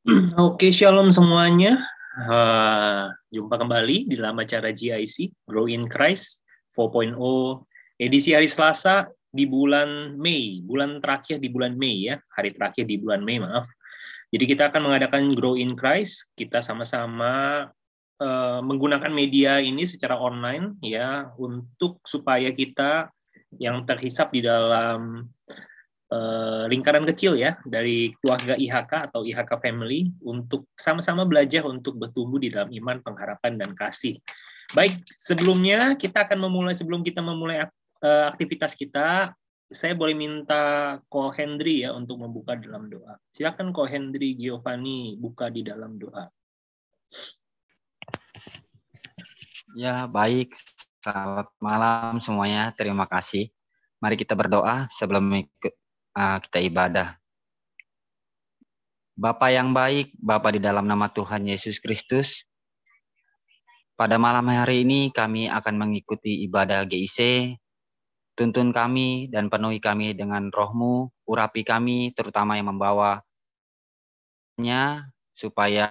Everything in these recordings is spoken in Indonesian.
Oke, shalom semuanya. Jumpa kembali di dalam acara GIC, Grow in Christ 4.0, edisi hari Selasa di bulan Mei, bulan terakhir di bulan Mei ya, hari terakhir di bulan Mei, maaf. Jadi kita akan mengadakan Grow in Christ, kita sama-sama menggunakan media ini secara online ya, untuk supaya kita yang terhisap di dalam lingkaran kecil ya dari keluarga IHK atau IHK Family untuk sama-sama belajar untuk bertumbuh di dalam iman, pengharapan, dan kasih. Baik, sebelum kita memulai aktivitas kita, saya boleh minta Ko Hendri ya untuk membuka dalam doa. Silakan Ko Hendri Giovanni buka di dalam doa. Ya, baik. Selamat malam semuanya. Terima kasih. Mari kita berdoa sebelum kita ibadah. Bapa yang baik, Bapa di dalam nama Tuhan Yesus Kristus, pada malam hari ini kami akan mengikuti ibadah GIC. Tuntun kami dan penuhi kami dengan roh-Mu, urapi kami terutama yang membawanya, supaya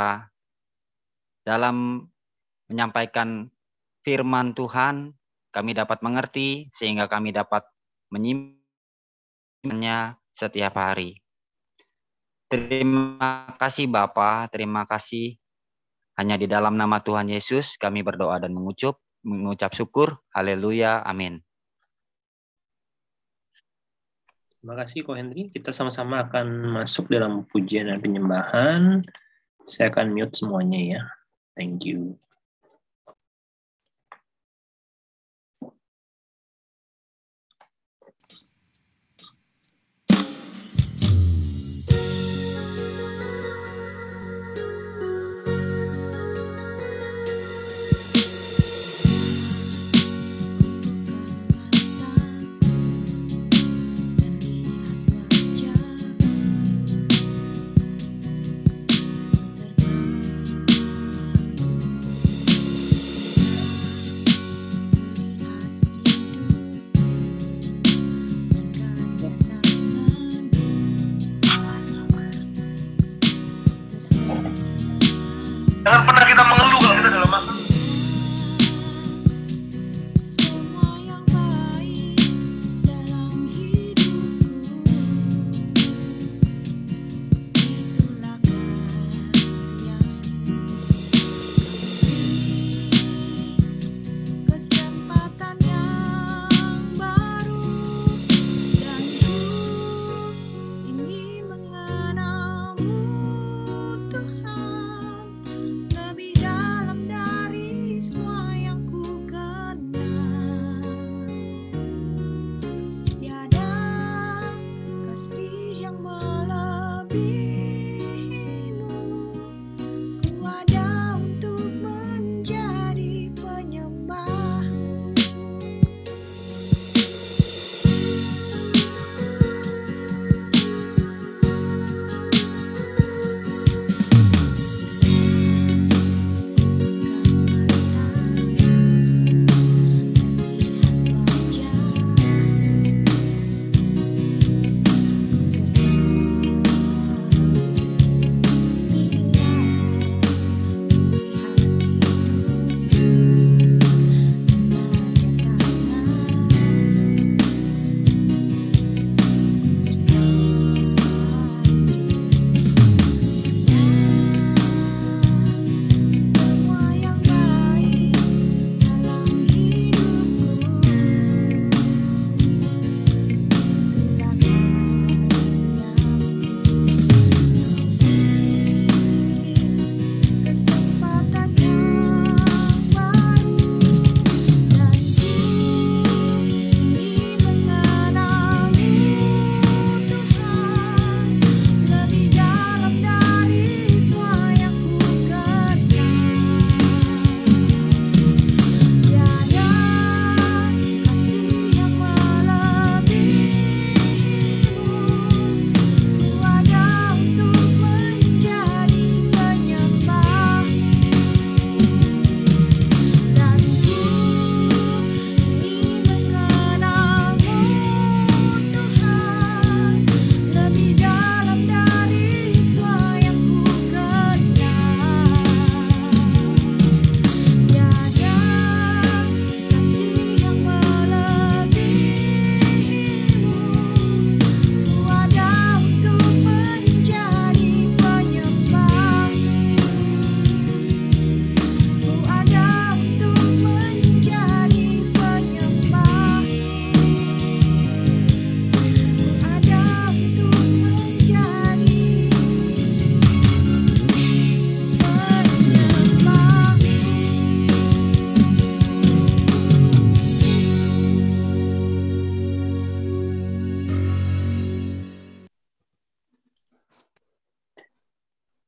dalam menyampaikan firman Tuhan kami dapat mengerti sehingga kami dapat menyimpannya setiap hari. Terima kasih Bapa, terima kasih. Hanya di dalam nama Tuhan Yesus kami berdoa dan mengucap syukur. Haleluya, amin. Terima kasih Ko Hendri. Kita sama-sama akan masuk dalam pujian dan penyembahan. Saya akan mute semuanya ya. Thank you.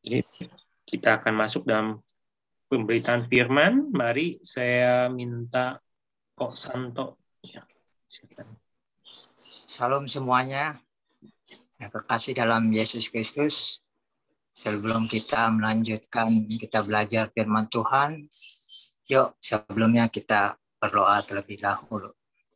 Jadi kita akan masuk dalam pemberitaan firman. Mari saya minta Kok Santo. Ya, silakan. Salam semuanya, yang terkasih dalam Yesus Kristus. Sebelum kita melanjutkan, kita belajar firman Tuhan, yuk sebelumnya kita berdoa terlebih dahulu.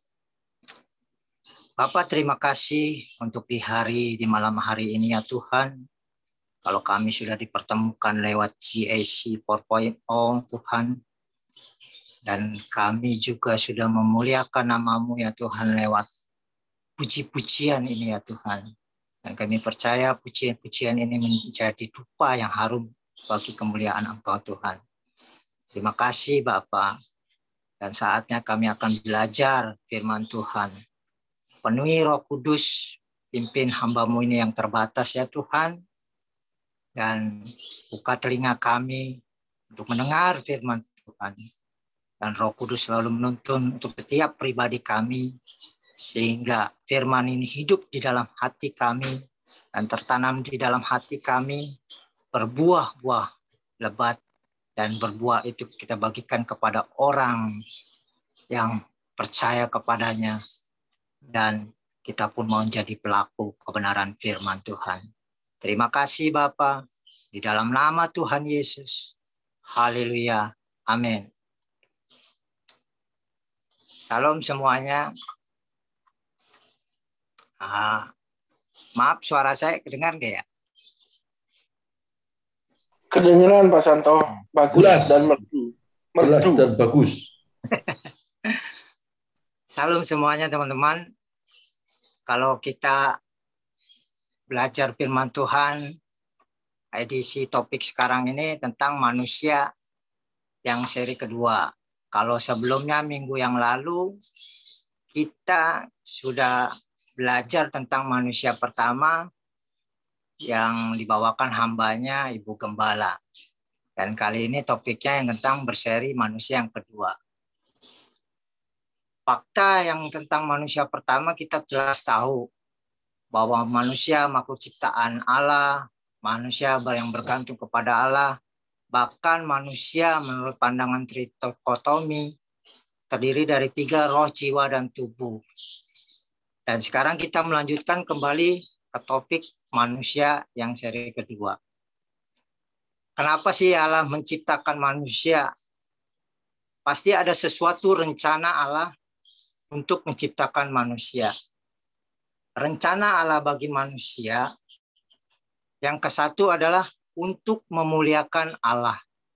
Bapak, terima kasih untuk di malam hari ini ya Tuhan. Kalau kami sudah dipertemukan lewat GAC 4.0 Tuhan, dan kami juga sudah memuliakan nama-Mu ya Tuhan lewat puji-pujian ini ya Tuhan. Dan kami percaya pujian-pujian ini menjadi dupa yang harum bagi kemuliaan Engkau Tuhan. Terima kasih Bapak. Dan saatnya kami akan belajar firman Tuhan. Penuhi Roh Kudus, pimpin hamba-Mu ini yang terbatas ya Tuhan. Dan buka telinga kami untuk mendengar firman Tuhan. Dan Roh Kudus selalu menuntun untuk setiap pribadi kami, sehingga firman ini hidup di dalam hati kami dan tertanam di dalam hati kami, berbuah-buah lebat, dan berbuah itu kita bagikan kepada orang yang percaya kepadanya, dan kita pun mau jadi pelaku kebenaran firman Tuhan. Terima kasih Bapa, di dalam nama Tuhan Yesus. Haleluya. Amin. Salam semuanya. Maaf, suara saya kedengar nggak ya? Kedengeran Pak Santo, bagus dan merdu. Jelas dan bagus. Salam semuanya teman-teman. Kalau kita belajar firman Tuhan, edisi topik sekarang ini tentang manusia yang seri kedua. Kalau sebelumnya minggu yang lalu kita sudah belajar tentang manusia pertama yang dibawakan hambanya Ibu Gembala. Dan kali ini topiknya yang tentang berseri manusia yang kedua. Fakta yang tentang manusia pertama kita jelas tahu bahwa manusia makhluk ciptaan Allah, manusia yang bergantung kepada Allah, bahkan manusia menurut pandangan trikotomi terdiri dari 3 roh, jiwa, dan tubuh. Dan sekarang kita melanjutkan kembali ke topik manusia yang seri kedua. Kenapa sih Allah menciptakan manusia? Pasti ada sesuatu rencana Allah untuk menciptakan manusia. Rencana Allah bagi manusia yang ke-1 adalah untuk memuliakan Allah.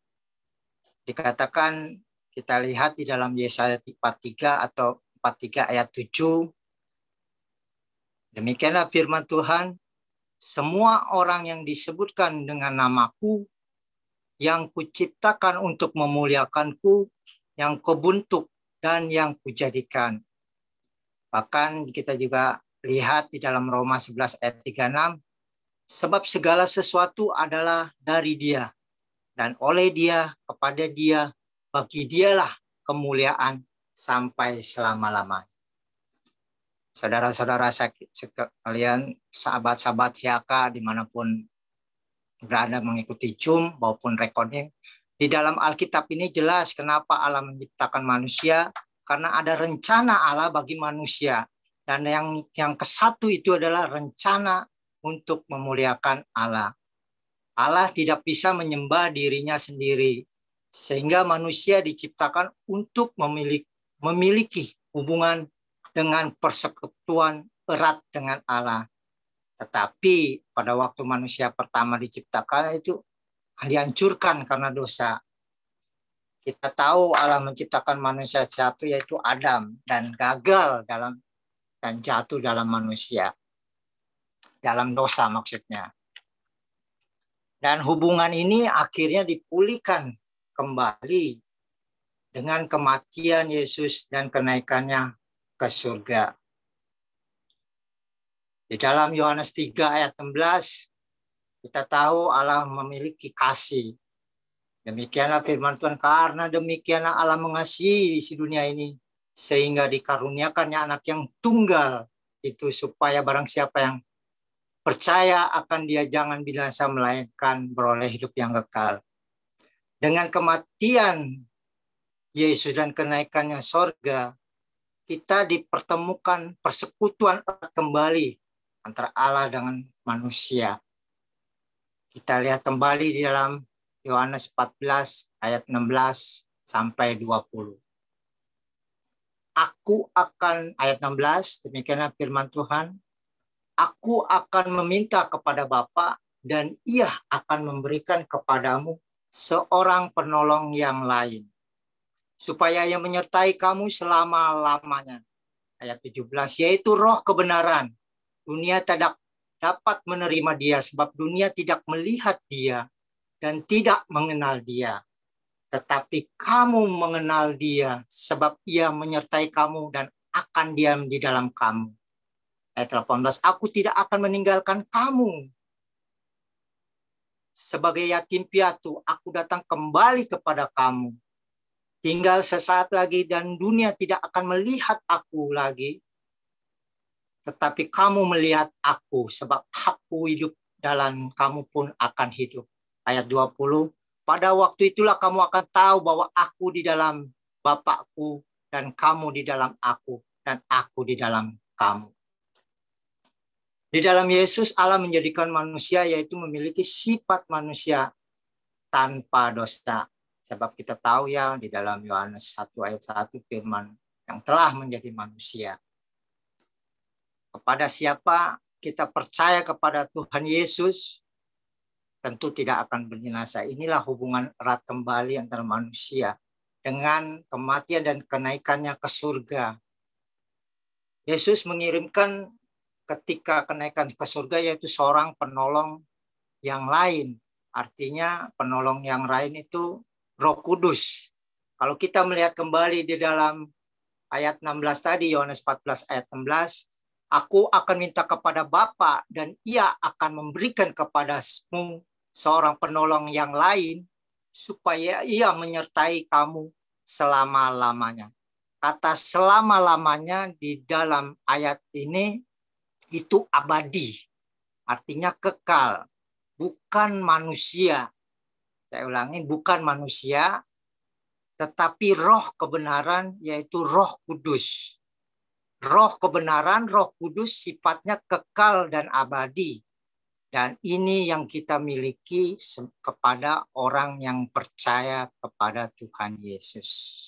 Dikatakan, kita lihat di dalam Yesaya 43 atau 43 ayat 7. Demikianlah firman Tuhan, semua orang yang disebutkan dengan namaku, yang kuciptakan untuk memuliakanku, yang kubentuk dan yang kujadikan. Bahkan kita juga lihat di dalam Roma 11 ayat 36, sebab segala sesuatu adalah dari Dia, dan oleh Dia, kepada Dia, bagi Dialah kemuliaan sampai selama-lamanya. Saudara-saudara sekalian, sahabat-sahabat Yaka dimanapun berada mengikuti Zoom maupun recording, di dalam Alkitab ini jelas kenapa Allah menciptakan manusia, karena ada rencana Allah bagi manusia. Dan yang ke-1 itu adalah rencana untuk memuliakan Allah. Allah tidak bisa menyembah dirinya sendiri, sehingga manusia diciptakan untuk memiliki hubungan dengan persekutuan erat dengan Allah. Tetapi pada waktu manusia pertama diciptakan itu dihancurkan karena dosa. Kita tahu Allah menciptakan manusia satu yaitu Adam, dan gagal dan jatuh dalam manusia. Dalam dosa maksudnya. Dan hubungan ini akhirnya dipulihkan kembali dengan kematian Yesus dan kenaikannya ke surga. Di dalam Yohanes 3 ayat 16, kita tahu Allah memiliki kasih. Demikianlah firman Tuhan, karena demikianlah Allah mengasihi isi dunia ini, sehingga dikaruniakannya anak yang tunggal, itu supaya barang siapa yang percaya akan Dia jangan binasa melainkan beroleh hidup yang kekal. Dengan kematian Yesus dan kenaikannya sorga, kita dipertemukan persekutuan erat kembali antara Allah dengan manusia. Kita lihat kembali di dalam Yohanes 14 ayat 16 sampai 20. Aku akan, ayat 16, demikianlah firman Tuhan, aku akan meminta kepada Bapa dan Ia akan memberikan kepadamu seorang penolong yang lain, supaya Ia menyertai kamu selama-lamanya. Ayat 17, yaitu roh kebenaran. Dunia tidak dapat menerima Dia, sebab dunia tidak melihat Dia dan tidak mengenal Dia. Tetapi kamu mengenal Dia, sebab Ia menyertai kamu dan akan diam di dalam kamu. Ayat 18, aku tidak akan meninggalkan kamu sebagai yatim piatu, aku datang kembali kepada kamu. Tinggal sesaat lagi dan dunia tidak akan melihat aku lagi, tetapi kamu melihat aku, sebab aku hidup dan kamu pun akan hidup. Ayat 20, pada waktu itulah kamu akan tahu bahwa aku di dalam Bapakku dan kamu di dalam aku dan aku di dalam kamu. Di dalam Yesus Allah menjadikan manusia, yaitu memiliki sifat manusia tanpa dosa. Sebab kita tahu ya di dalam Yohanes 1 ayat 1 firman yang telah menjadi manusia. Kepada siapa kita percaya kepada Tuhan Yesus, tentu tidak akan berbinasa. Inilah hubungan erat kembali antara manusia dengan kematian dan kenaikannya ke surga. Yesus mengirimkan ketika kenaikan ke surga, yaitu seorang penolong yang lain. Artinya penolong yang lain itu Roh Kudus. Kalau kita melihat kembali di dalam ayat 16 tadi, Yohanes 14 ayat 16, aku akan minta kepada Bapa dan Ia akan memberikan kepadamu seorang penolong yang lain supaya Ia menyertai kamu selama-lamanya. Kata selama-lamanya di dalam ayat ini itu abadi, artinya kekal, bukan manusia. Saya ulangi, bukan manusia, tetapi roh kebenaran, yaitu Roh Kudus. Roh kebenaran, Roh Kudus sifatnya kekal dan abadi. Dan ini yang kita miliki kepada orang yang percaya kepada Tuhan Yesus.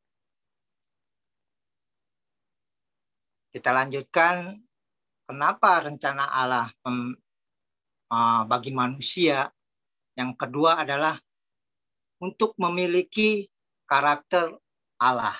Kita lanjutkan. Kenapa rencana Allah bagi manusia? Yang kedua adalah untuk memiliki karakter Allah.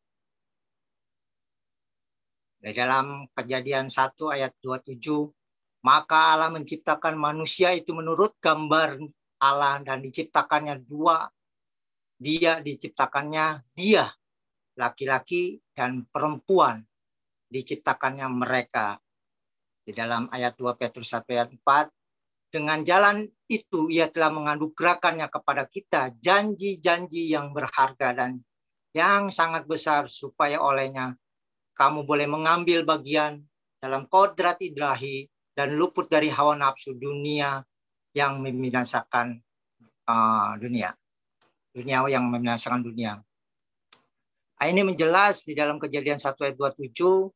Di dalam Kejadian 1 ayat 27, maka Allah menciptakan manusia itu menurut gambar Allah dan diciptakannya dua. Dia diciptakannya dia, laki-laki dan perempuan. Diciptakannya mereka. Di dalam ayat 2 Petrus 1 ayat 4, dengan jalan itu Ia telah menganugerahkannya kepada kita janji-janji yang berharga dan yang sangat besar, supaya olehnya kamu boleh mengambil bagian dalam kodrat ilahi dan luput dari hawa nafsu dunia yang membinasakan dunia yang membinasakan dunia. Ini menjelas di dalam Kejadian 1 ayat 27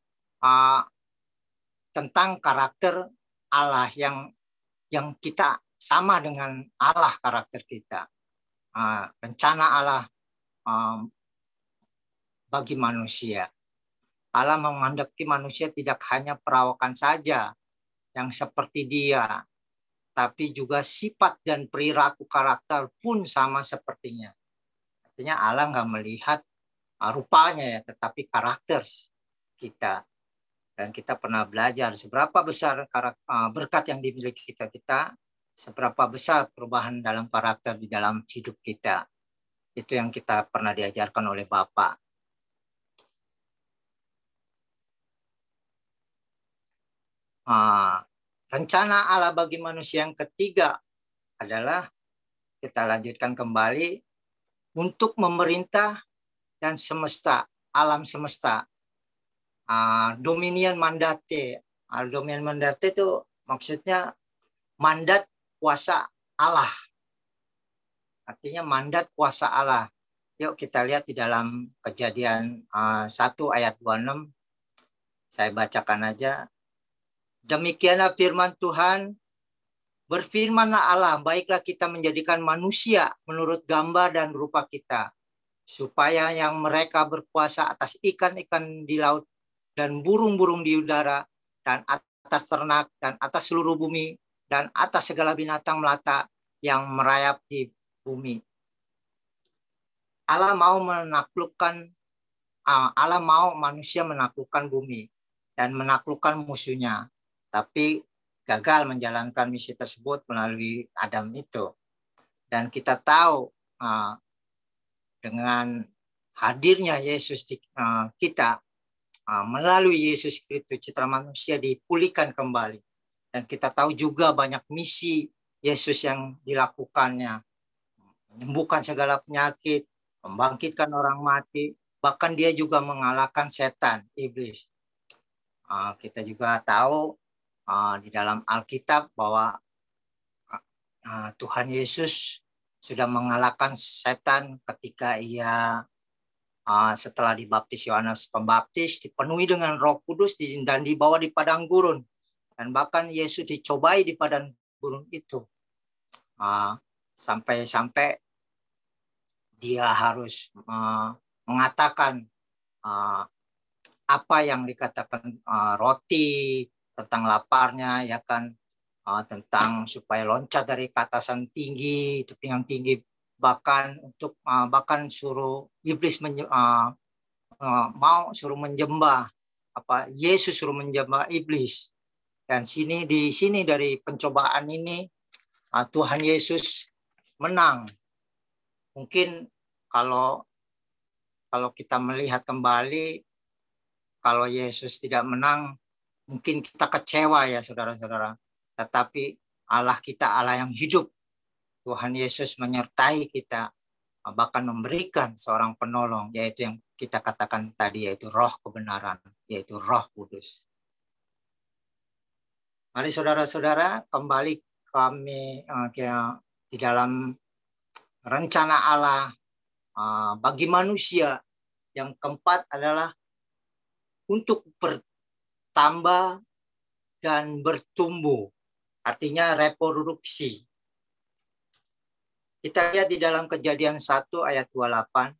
tentang karakter Allah yang kita sama dengan Allah karakter kita. Rencana Allah bagi manusia. Allah menghendaki manusia tidak hanya perawakan saja yang seperti Dia, tapi juga sifat dan perilaku karakter pun sama sepertinya. Artinya Allah nggak melihat rupanya ya, tetapi karakter kita. Dan kita pernah belajar seberapa besar berkat yang dimiliki kita, seberapa besar perubahan dalam karakter di dalam hidup kita. Itu yang kita pernah diajarkan oleh Bapak. Rencana Allah bagi manusia yang ketiga adalah, kita lanjutkan kembali, untuk memerintah dan semesta, alam semesta. Dominion mandate. Dominion mandate itu maksudnya mandat kuasa Allah. Artinya mandat kuasa Allah. Yuk kita lihat di dalam Kejadian 1 ayat 26. Saya bacakan aja. Demikianlah firman Tuhan, berfirmanlah Allah, baiklah kita menjadikan manusia menurut gambar dan rupa kita, supaya yang mereka berkuasa atas ikan-ikan di laut dan burung-burung di udara dan atas ternak dan atas seluruh bumi dan atas segala binatang melata yang merayap di bumi. Allah mau manusia menaklukkan bumi dan menaklukkan musuhnya, tapi gagal menjalankan misi tersebut melalui Adam itu. Dan kita tahu dengan hadirnya Yesus di kita, melalui Yesus Kristus citra manusia dipulihkan kembali. Dan kita tahu juga banyak misi Yesus yang dilakukannya, menyembuhkan segala penyakit, membangkitkan orang mati, bahkan dia juga mengalahkan setan, iblis. Kita juga tahu di dalam Alkitab bahwa Tuhan Yesus sudah mengalahkan setan ketika ia setelah dibaptis Yohanes Pembaptis, dipenuhi dengan Roh Kudus dan dibawa di padang gurun. Dan bahkan Yesus dicobai di padang gurun itu. Sampai-sampai dia harus mengatakan apa yang dikatakan roti, tentang laparnya, ya kan, tentang supaya loncat dari keatasan tinggi, tebing tinggi, bahkan suruh iblis mau suruh menjembah, Yesus suruh menjembah iblis. Dan di sini dari pencobaan ini Tuhan Yesus menang. Mungkin kalau kita melihat kembali, kalau Yesus tidak menang, mungkin kita kecewa ya saudara-saudara. Tetapi Allah kita Allah yang hidup. Tuhan Yesus menyertai kita, bahkan memberikan seorang penolong, yaitu yang kita katakan tadi, yaitu Roh kebenaran, yaitu Roh Kudus. Mari saudara-saudara, kembali kami di dalam rencana Allah bagi manusia. Yang keempat adalah untuk bertambah dan bertumbuh, artinya reproduksi. Kita lihat di dalam Kejadian 1 ayat 28.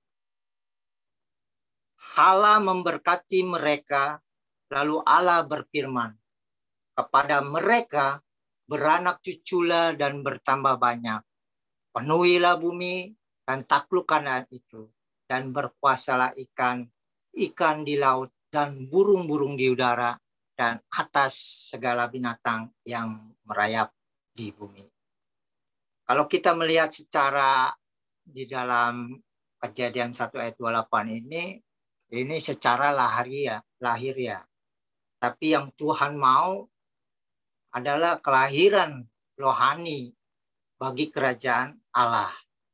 Allah memberkati mereka, lalu Allah berfirman, kepada mereka beranak cuculah dan bertambah banyak. Penuhilah bumi dan taklukkanlah itu, dan berkuasalah ikan di laut dan burung-burung di udara dan atas segala binatang yang merayap di bumi. Kalau kita melihat secara di dalam Kejadian 1 ayat 28 ini secara lahir ya. Tapi yang Tuhan mau adalah kelahiran rohani bagi kerajaan Allah.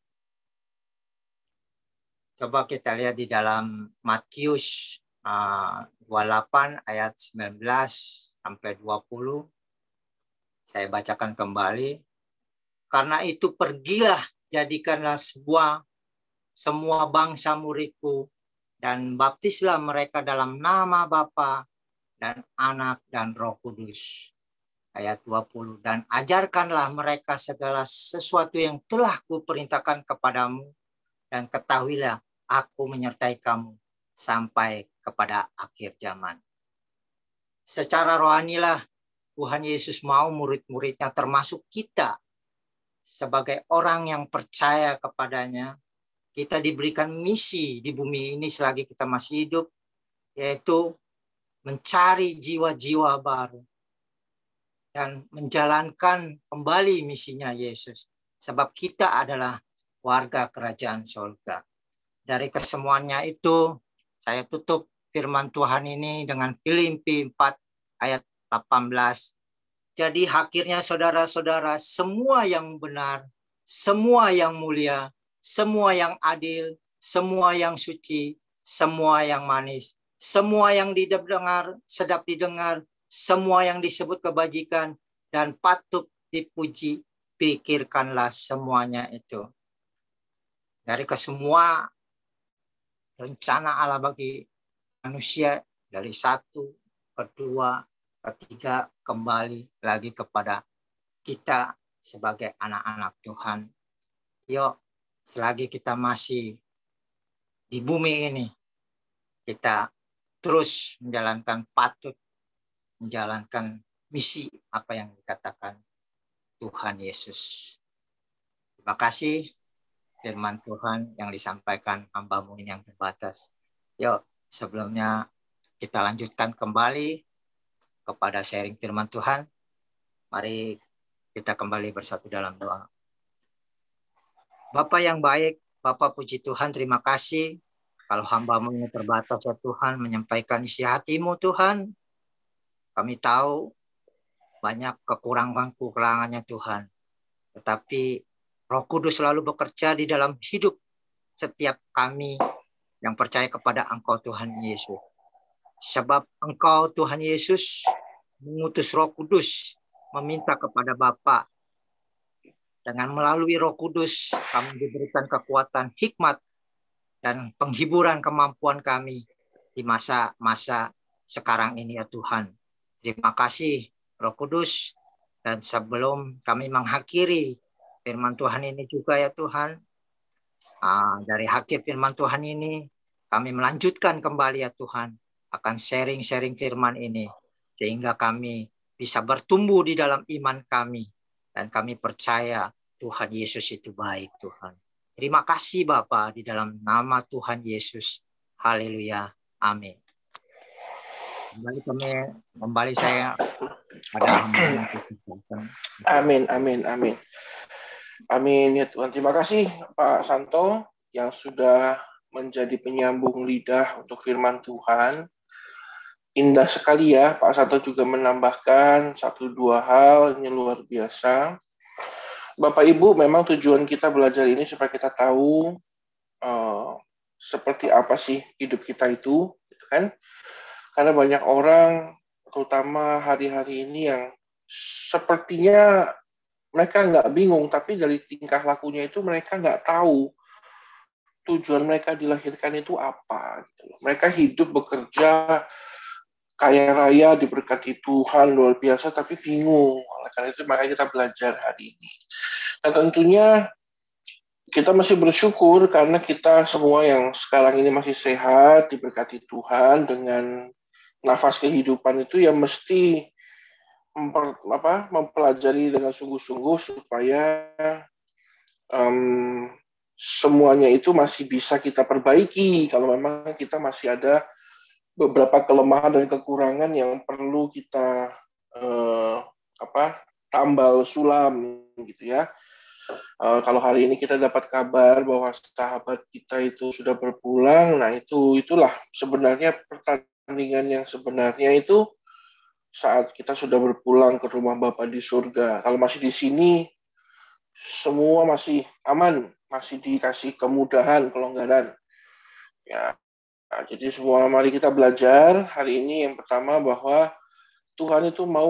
Coba kita lihat di dalam Matius 28 ayat 19 sampai 20. Saya bacakan kembali. Karena itu pergilah, jadikanlah semua bangsa muridku, dan baptislah mereka dalam nama Bapa dan Anak dan Roh Kudus. Ayat 20. Dan ajarkanlah mereka segala sesuatu yang telah kuperintahkan kepadamu, dan ketahuilah aku menyertai kamu sampai kepada akhir zaman. Secara rohanilah Tuhan Yesus mau murid-muridnya, termasuk kita sebagai orang yang percaya kepadanya, kita diberikan misi di bumi ini selagi kita masih hidup, yaitu mencari jiwa-jiwa baru dan menjalankan kembali misinya Yesus. Sebab kita adalah warga kerajaan surga. Dari kesemuanya itu, saya tutup firman Tuhan ini dengan Filipi 4 ayat 18. Jadi akhirnya saudara-saudara, semua yang benar, semua yang mulia, semua yang adil, semua yang suci, semua yang manis, semua yang sedap didengar, semua yang disebut kebajikan dan patut dipuji, pikirkanlah semuanya itu. Dari kesemua rencana Allah bagi manusia, dari 1, kedua, ketiga, kembali lagi kepada kita sebagai anak-anak Tuhan. Yuk, selagi kita masih di bumi ini, kita terus patut menjalankan misi apa yang dikatakan Tuhan Yesus. Terima kasih firman Tuhan yang disampaikan hamba-Mu ini yang terbatas. Yuk, sebelumnya kita lanjutkan kembali kepada sharing firman Tuhan. Mari kita kembali bersatu dalam doa. Bapa yang baik, Bapa puji Tuhan, terima kasih kalau hamba-Mu ini terbatas ya Tuhan, menyampaikan isi hati-Mu Tuhan. Kami tahu banyak kekurangan-kekurangannya Tuhan. Tetapi Roh Kudus selalu bekerja di dalam hidup setiap kami yang percaya kepada Engkau Tuhan Yesus. Sebab Engkau Tuhan Yesus mengutus Roh Kudus, meminta kepada Bapa. Dengan melalui Roh Kudus kami diberikan kekuatan, hikmat, dan penghiburan kemampuan kami di masa-masa sekarang ini ya Tuhan. Terima kasih Roh Kudus. Dan sebelum kami mengakhiri firman Tuhan ini juga ya Tuhan, dari akhir firman Tuhan ini kami melanjutkan kembali ya Tuhan akan sharing-sharing firman ini, sehingga kami bisa bertumbuh di dalam iman kami, dan kami percaya Tuhan Yesus itu baik Tuhan. Terima kasih Bapa, di dalam nama Tuhan Yesus. Haleluya. Amin. Kembali saya pada Amin, amin, amin. Amin ya Tuhan. Terima kasih Pak Santo yang sudah menjadi penyambung lidah untuk firman Tuhan. Indah sekali ya, Pak Santo juga menambahkan 1-2 hal yang luar biasa. Bapak Ibu, memang tujuan kita belajar ini supaya kita tahu seperti apa sih hidup kita itu, gitu kan? Karena banyak orang, terutama hari-hari ini, yang sepertinya mereka nggak bingung, tapi dari tingkah lakunya itu mereka nggak tahu tujuan mereka dilahirkan itu apa. Gitu. Mereka hidup, bekerja, kaya raya, diberkati Tuhan, luar biasa, tapi bingung. Oleh karena itu, makanya kita belajar hari ini. Nah, tentunya kita masih bersyukur karena kita semua yang sekarang ini masih sehat, diberkati Tuhan dengan nafas kehidupan itu, yang mesti mempelajari dengan sungguh-sungguh supaya semuanya itu masih bisa kita perbaiki kalau memang kita masih ada beberapa kelemahan dan kekurangan yang perlu kita tambal sulam gitu ya. Kalau hari ini kita dapat kabar bahwa sahabat kita itu sudah berpulang, nah itulah sebenarnya pertandingan yang sebenarnya itu saat kita sudah berpulang ke rumah Bapa di surga. Kalau masih di sini, semua masih aman, masih dikasih kemudahan, kelonggaran. Ya, nah, jadi semua mari kita belajar hari ini. Yang pertama bahwa Tuhan itu mau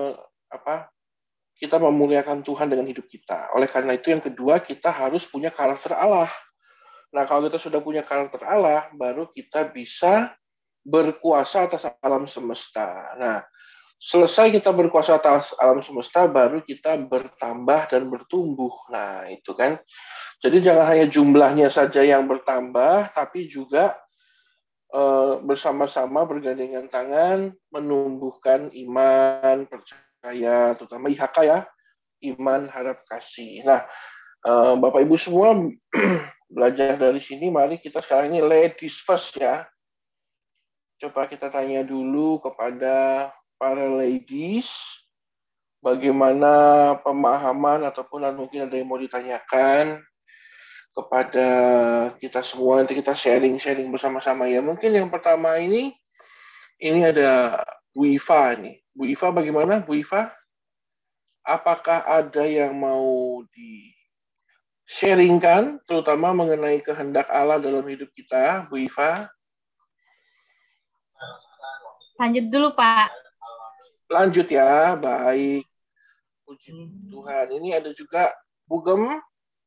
kita memuliakan Tuhan dengan hidup kita. Oleh karena itu yang kedua, kita harus punya karakter Allah. Nah, kalau kita sudah punya karakter Allah, baru kita bisa berkuasa atas alam semesta. Nah, selesai kita berkuasa atas alam semesta, baru kita bertambah dan bertumbuh. Nah, itu kan. Jadi jangan hanya jumlahnya saja yang bertambah, tapi juga bersama-sama bergandengan tangan menumbuhkan iman, percaya, terutama IHK ya, iman, harap, kasih. Nah, Bapak Ibu semua belajar dari sini, mari kita sekarang ini ladies first ya. Coba kita tanya dulu kepada para ladies, bagaimana pemahaman ataupun mungkin ada yang mau ditanyakan kepada kita semua. Nanti kita sharing bersama-sama ya. Mungkin yang pertama ini ada Bu Iva nih. Bu Iva bagaimana Bu Iva? Apakah ada yang mau di-sharingkan terutama mengenai kehendak Allah dalam hidup kita, Bu Iva? Lanjut dulu, Pak. Lanjut ya, baik. Puji Tuhan. Ini ada juga Bugem.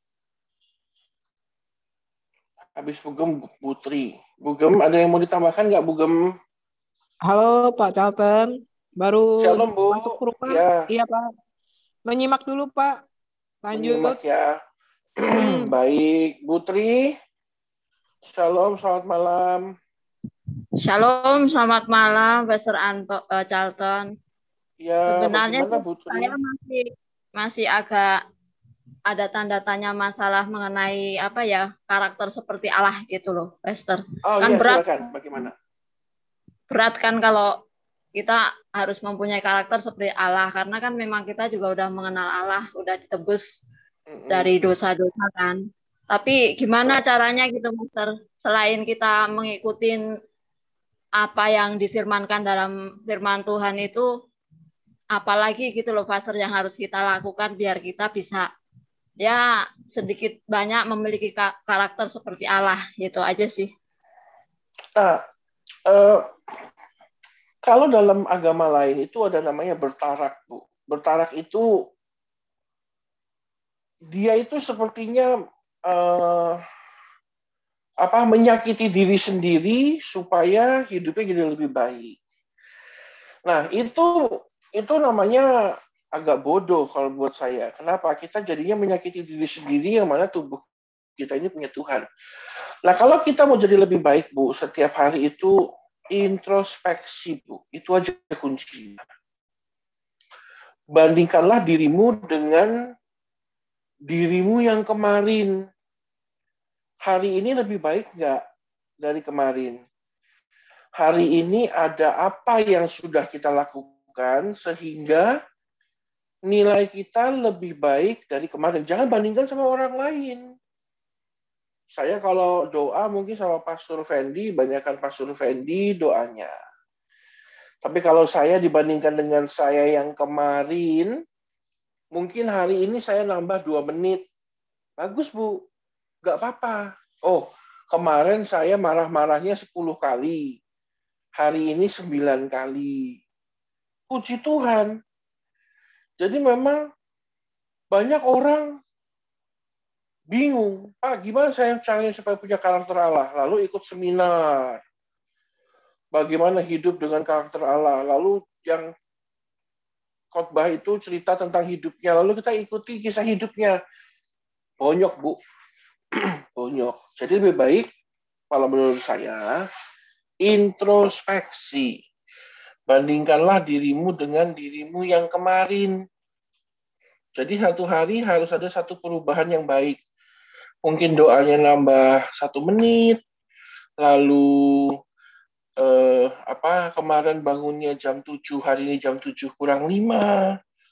Habis Bugem, Putri. Bugem, ada yang mau ditambahkan nggak, Bugem? Halo Pak Charlton, baru Shalom, Bu. masuk rumah. Ya, Iya Pak, menyimak dulu Pak. menyimak Lanjut. ya. Baik, Putri. Shalom, selamat malam. Shalom, selamat malam, Pastor Charlton. Ya, Sebenarnya bagaimana, sih Putri? saya masih agak ada tanda tanya masalah mengenai apa ya karakter seperti Allah gitu loh, Pastor. Oh Kan iya, berat silakan. Bagaimana? kan kalau kita harus mempunyai karakter seperti Allah karena kan memang kita juga udah mengenal Allah, udah ditebus dari dosa-dosa kan. Tapi gimana caranya gitu, Pastor? Selain kita mengikuti apa yang difirmankan dalam firman Tuhan itu, apalagi gitu loh Pastor yang harus kita lakukan biar kita bisa ya sedikit banyak memiliki karakter seperti Allah, gitu aja sih. Nah, kalau dalam agama lain itu ada namanya bertarak, Bu. Bertarak itu dia itu sepertinya menyakiti diri sendiri supaya hidupnya jadi lebih baik. Nah, itu namanya agak bodoh kalau buat saya. Kenapa? Kita jadinya menyakiti diri sendiri yang mana tubuh kita ini punya Tuhan. Nah, kalau kita mau jadi lebih baik, Bu, setiap hari itu introspeksi, Bu. Itu aja kuncinya. Bandingkanlah dirimu dengan dirimu yang kemarin. Hari ini lebih baik nggak dari kemarin? Hari ini ada apa yang sudah kita lakukan sehingga nilai kita lebih baik dari kemarin. Jangan bandingkan sama orang lain. Saya kalau doa mungkin sama Pastor Fendi, banyakkan Pastor Fendi doanya. Tapi kalau saya dibandingkan dengan saya yang kemarin, mungkin hari ini saya nambah 2 menit. Bagus, Bu. Nggak apa-apa. Oh, kemarin saya marah-marahnya 10 kali. Hari ini 9 kali. Puji Tuhan. Jadi memang banyak orang bingung. Pak, gimana saya caranya supaya punya karakter Allah? Lalu ikut seminar. Bagaimana hidup dengan karakter Allah? Lalu yang khotbah itu cerita tentang hidupnya. Lalu kita ikuti kisah hidupnya. Bonyok, Bu. Bonyok. Jadi lebih baik, kalau menurut saya, introspeksi. Bandingkanlah dirimu dengan dirimu yang kemarin. Jadi satu hari harus ada satu perubahan yang baik. Mungkin doanya nambah 1 menit, lalu kemarin bangunnya jam 7, hari ini jam 7 kurang 5.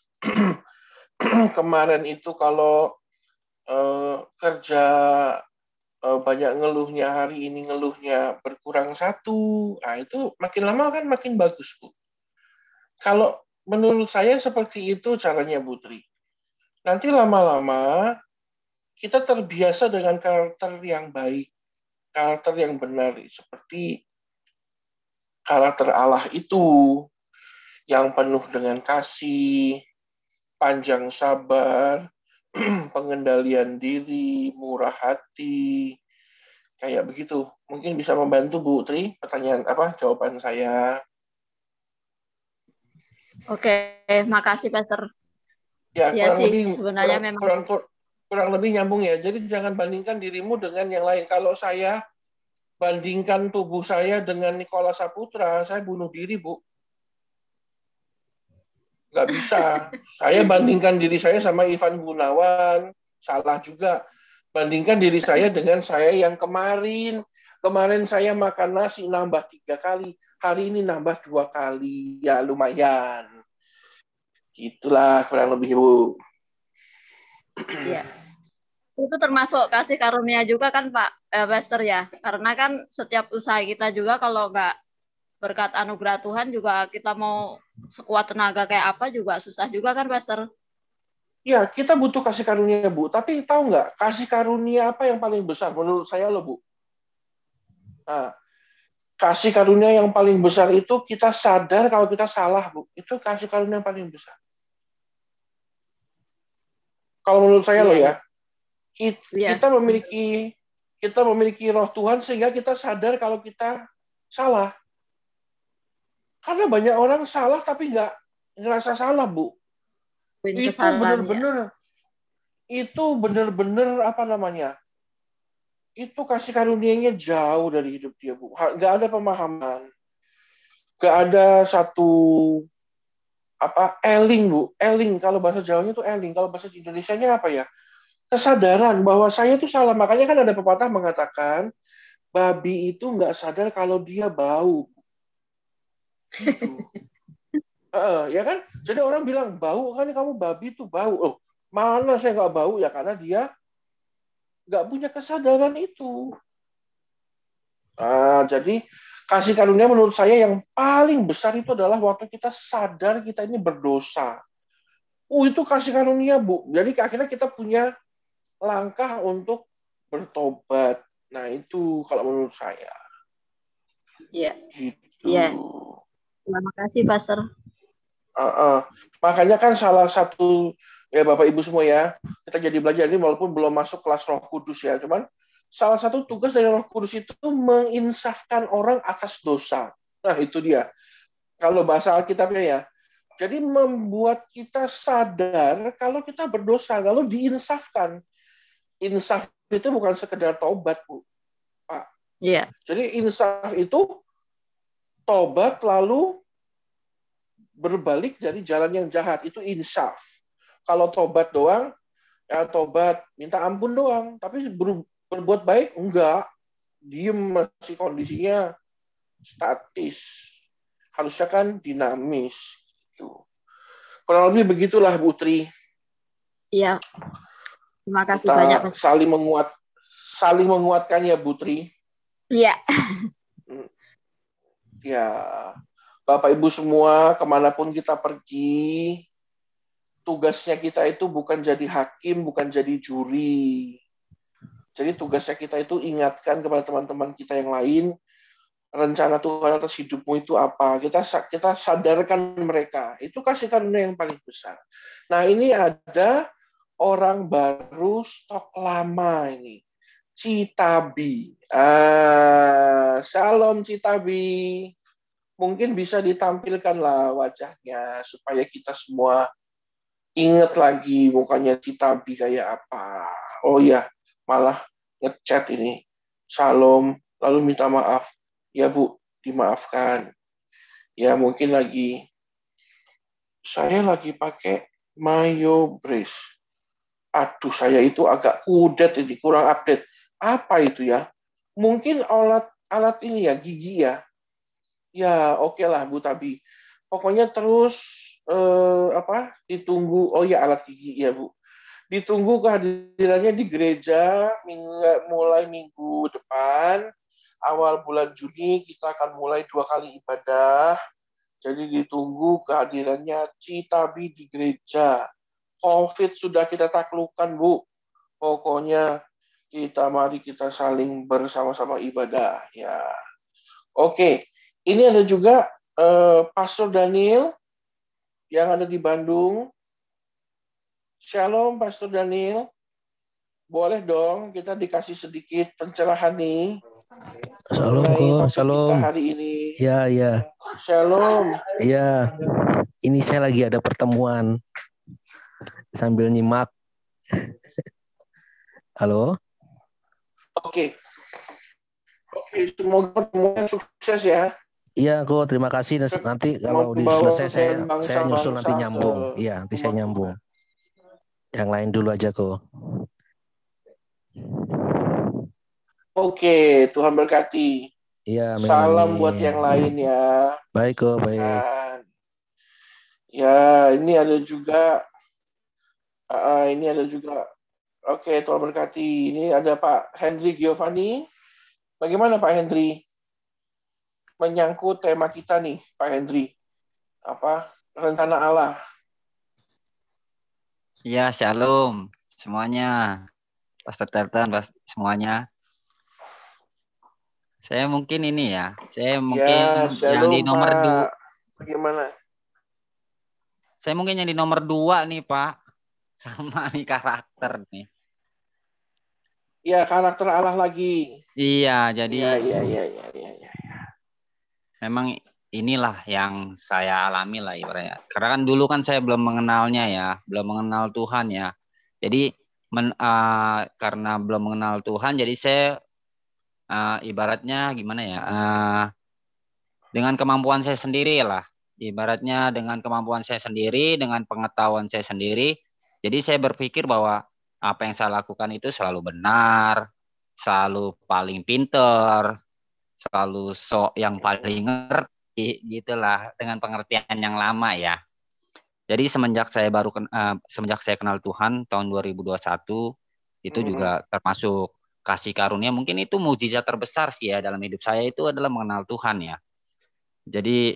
Kemarin itu kalau kerja banyak ngeluhnya, hari ini ngeluhnya berkurang 1. Nah, itu makin lama kan makin bagus, Bu. Kalau menurut saya seperti itu caranya, Putri. Nanti lama-lama kita terbiasa dengan karakter yang baik, karakter yang benar, seperti karakter Allah itu, yang penuh dengan kasih, panjang sabar, pengendalian diri, murah hati, kayak begitu. Mungkin bisa membantu, Bu Tri, jawaban saya. Oke, makasih Pastor. Ya, kurang lebih nyambung ya. Jadi jangan bandingkan dirimu dengan yang lain. Kalau saya bandingkan tubuh saya dengan Nikola Saputra, saya bunuh diri, Bu. Nggak bisa. Saya bandingkan diri saya sama Ivan Gunawan, salah juga. Bandingkan diri saya dengan saya yang kemarin. Kemarin saya makan nasi nambah 3 kali, hari ini nambah 2 kali. Ya lumayan. Gitulah kurang lebih, Bu. Iya. Itu termasuk kasih karunia juga kan Pak Pastor ya. Karena kan setiap usaha kita juga kalau nggak berkat anugerah Tuhan juga kita mau sekuat tenaga kayak apa juga susah juga kan Pastor. Ya, kita butuh kasih karunia, Bu. Tapi tahu nggak, kasih karunia apa yang paling besar menurut saya loh, Bu? Nah, Kasih karunia yang paling besar itu kita sadar kalau kita salah, Bu. Itu kasih karunia yang paling besar. Kalau menurut saya loh ya, kita memiliki roh Tuhan sehingga kita sadar kalau kita salah. Karena banyak orang salah tapi nggak ngerasa salah, Bu. Itu benar-benar apa namanya? Itu kasih karunia-nya jauh dari hidup dia, Bu. Nggak ada pemahaman. Nggak ada satu eling, Bu. Eling, kalau bahasa Jawanya itu eling. Kalau bahasa Indonesianya apa ya? Kesadaran bahwa saya itu salah. Makanya kan ada pepatah mengatakan, babi itu nggak sadar kalau dia bau. Gitu. Ya kan? Jadi orang bilang, bau kan kamu babi itu bau. Oh, mana saya nggak bau? Ya karena dia nggak punya kesadaran itu. Jadi kasih karunia menurut saya yang paling besar itu adalah waktu kita sadar kita ini berdosa. Itu kasih karunia, Bu. Jadi akhirnya kita punya langkah untuk bertobat. Nah, itu kalau menurut saya. Iya. Gitu. Iya. Terima kasih, Pastor. Makanya kan salah satu, ya Bapak Ibu semua ya, kita jadi belajar ini walaupun belum masuk kelas Roh Kudus ya, cuman salah satu tugas dari Roh Kudus itu menginsafkan orang atas dosa. Nah, itu dia. Kalau bahasa Alkitabnya ya. Jadi membuat kita sadar kalau kita berdosa, lalu diinsafkan. Insaf itu bukan sekedar taubat, Bu. Pak. Iya. Jadi insaf itu taubat lalu berbalik dari jalan yang jahat. Itu insaf. Kalau tobat doang, ya tobat, minta ampun doang. Tapi berbuat baik, enggak. Diem masih kondisinya statis. Harusnya kan dinamis. Gitu. Kurang lebih begitulah, Bu Tri. Iya. Terima kasih kita banyak, Mas. saling menguatkan ya, Bu Tri. Iya. Ya, Bapak Ibu semua, kemanapun kita pergi, tugasnya kita itu bukan jadi hakim, bukan jadi juri. Jadi tugasnya kita itu ingatkan kepada teman-teman kita yang lain, rencana Tuhan atas hidupmu itu apa. Kita sadarkan mereka. Itu kasih karunia yang paling besar. Nah, ini ada orang baru stok lama ini. Citabi. Shalom Citabi. Mungkin bisa ditampilkanlah wajahnya supaya kita semua ingat lagi mukanya Citabi kayak apa. Oh ya, malah ngechat ini. Shalom, lalu minta maaf. Ya Bu, dimaafkan. Ya mungkin saya lagi pakai Mayo Brace. Aduh, saya itu agak kudet ini, kurang update. Apa itu ya? Mungkin alat ini ya, gigi ya. Ya, oke lah Bu Tabi. Pokoknya terus ditunggu. Oh ya, alat gigi ya Bu. Ditunggu kehadirannya di gereja mulai minggu depan. Awal bulan Juni kita akan mulai 2 kali ibadah. Jadi ditunggu kehadirannya Citabi di gereja. COVID sudah kita taklukkan, Bu. Pokoknya mari kita saling bersama-sama ibadah. Ya, oke. Ini ada juga Pastor Daniel yang ada di Bandung. Shalom, Pastor Daniel. Boleh dong kita dikasih sedikit pencerahan nih. Shalom, Ko. Shalom. Kita hari ini. Ya. Shalom. Ya. Ini saya lagi ada pertemuan sambil nyimak. Halo. Oke, semoga pertemuan sukses ya. Iya, Ko. Terima kasih. Nanti kalau selesai saya nyusul nanti nyambung. Iya, nanti saya nyambung. Yang lain dulu aja, Ko. Oke, Tuhan berkati. Iya, salam buat yang lain ya. Baik, Ko, baik. Ya, ini ada juga. Oke, Tuhan berkati. Ini ada Pak Henry Giovanni. Bagaimana Pak Henry? Menyangkut tema kita nih, Pak Henry. Rencana Allah. Ya, shalom semuanya. Pastor Tartan, semuanya. Saya mungkin ini ya. Saya mungkin Ya, yang di shalom nomor Pak. Bagaimana? Saya mungkin yang di nomor 2 nih Pak. Sama nih karakter nih. Ya, karakter Allah lagi. Iya, jadi Iya. memang inilah yang saya alami lah ibaratnya. Karena kan dulu kan saya belum mengenalnya ya, belum mengenal Tuhan ya. Jadi karena belum mengenal Tuhan, jadi saya ibaratnya gimana ya? Dengan kemampuan saya sendiri lah. Ibaratnya dengan kemampuan saya sendiri, dengan pengetahuan saya sendiri. Jadi saya berpikir bahwa apa yang saya lakukan itu selalu benar, selalu paling pinter, selalu yang paling ngerti gitulah dengan pengertian yang lama ya. Jadi semenjak saya kenal Tuhan tahun 2021 itu juga termasuk kasih karunia, mungkin itu mukjizat terbesar sih ya dalam hidup saya itu adalah mengenal Tuhan ya. Jadi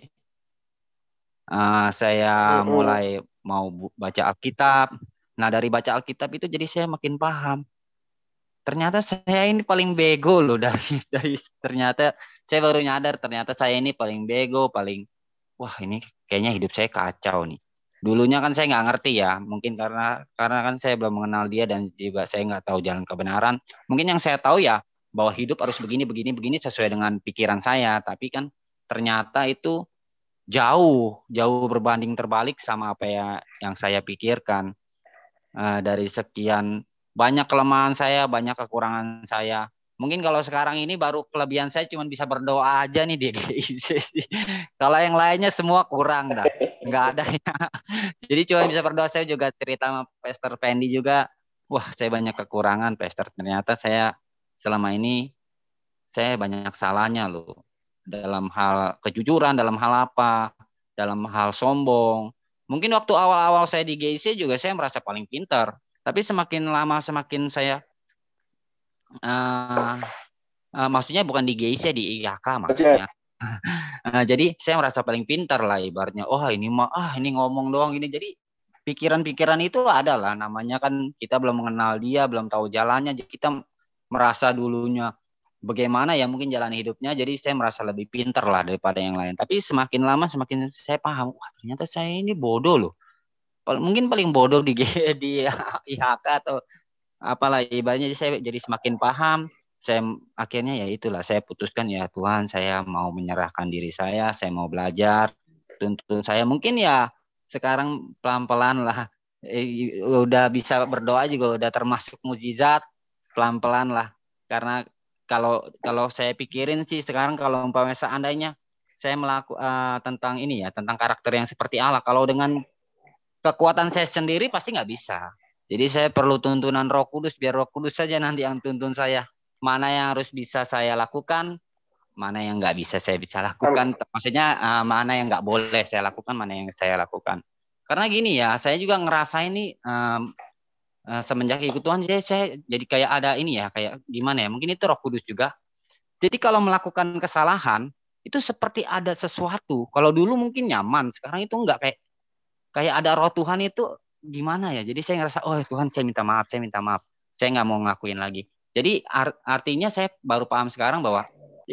saya mulai mau baca Alkitab. Nah dari baca Alkitab itu jadi saya makin paham. Ternyata saya ini paling bego loh dari ternyata saya baru nyadar ternyata saya ini paling bego, wah ini kayaknya hidup saya kacau nih. Dulunya kan saya nggak ngerti ya, mungkin karena kan saya belum mengenal dia dan juga saya nggak tahu jalan kebenaran. Mungkin yang saya tahu ya bahwa hidup harus begini sesuai dengan pikiran saya, tapi kan ternyata itu jauh berbanding terbalik sama apa ya yang saya pikirkan. Dari sekian banyak kelemahan saya, banyak kekurangan saya. Mungkin kalau sekarang ini baru kelebihan saya cuma bisa berdoa aja nih di GIC. Kalau yang lainnya semua kurang dah, nggak ada ya. Jadi cuma bisa berdoa. Saya juga cerita sama Pastor Fendi juga. Wah, saya banyak kekurangan, Pastor. Ternyata saya selama ini saya banyak salahnya loh. Dalam hal kejujuran, dalam hal apa, dalam hal sombong. Mungkin waktu awal-awal saya di GIC juga saya merasa paling pintar. Tapi semakin lama semakin saya, maksudnya bukan di GIC, di IHK maksudnya. Jadi saya merasa paling pintar lah ibaratnya. Oh ini ngomong doang ini. Jadi pikiran-pikiran itu adalah namanya kan kita belum mengenal dia, belum tahu jalannya. Jadi kita merasa dulunya bagaimana ya mungkin jalan hidupnya. Jadi saya merasa lebih pintar lah daripada yang lain. Tapi semakin lama semakin saya paham. Wah ternyata saya ini bodoh loh. Mungkin paling bodoh di IHK atau apalah ibaratnya. Saya jadi semakin paham. Saya akhirnya ya itulah saya putuskan ya Tuhan saya mau menyerahkan diri saya mau belajar. Tuntun saya mungkin ya sekarang pelan-pelan lah udah bisa berdoa juga udah termasuk mukjizat pelan-pelan lah karena kalau saya pikirin sih sekarang kalau umpamanya seandainya saya tentang ini ya tentang karakter yang seperti Allah kalau dengan kekuatan saya sendiri pasti nggak bisa. Jadi saya perlu tuntunan Roh Kudus biar Roh Kudus saja nanti yang tuntun saya mana yang harus bisa saya lakukan mana yang nggak bisa saya bisa lakukan, maksudnya mana yang nggak boleh saya lakukan, mana yang saya lakukan. Karena gini ya, saya juga ngerasain nih semenjak ikut Tuhan, saya jadi kayak ada ini ya, kayak gimana ya, mungkin itu Roh Kudus juga. Jadi kalau melakukan kesalahan, itu seperti ada sesuatu. Kalau dulu mungkin nyaman, sekarang itu nggak kayak ada Roh Tuhan itu gimana ya. Jadi saya ngerasa, oh Tuhan saya minta maaf, saya nggak mau ngelakuin lagi. Jadi artinya saya baru paham sekarang bahwa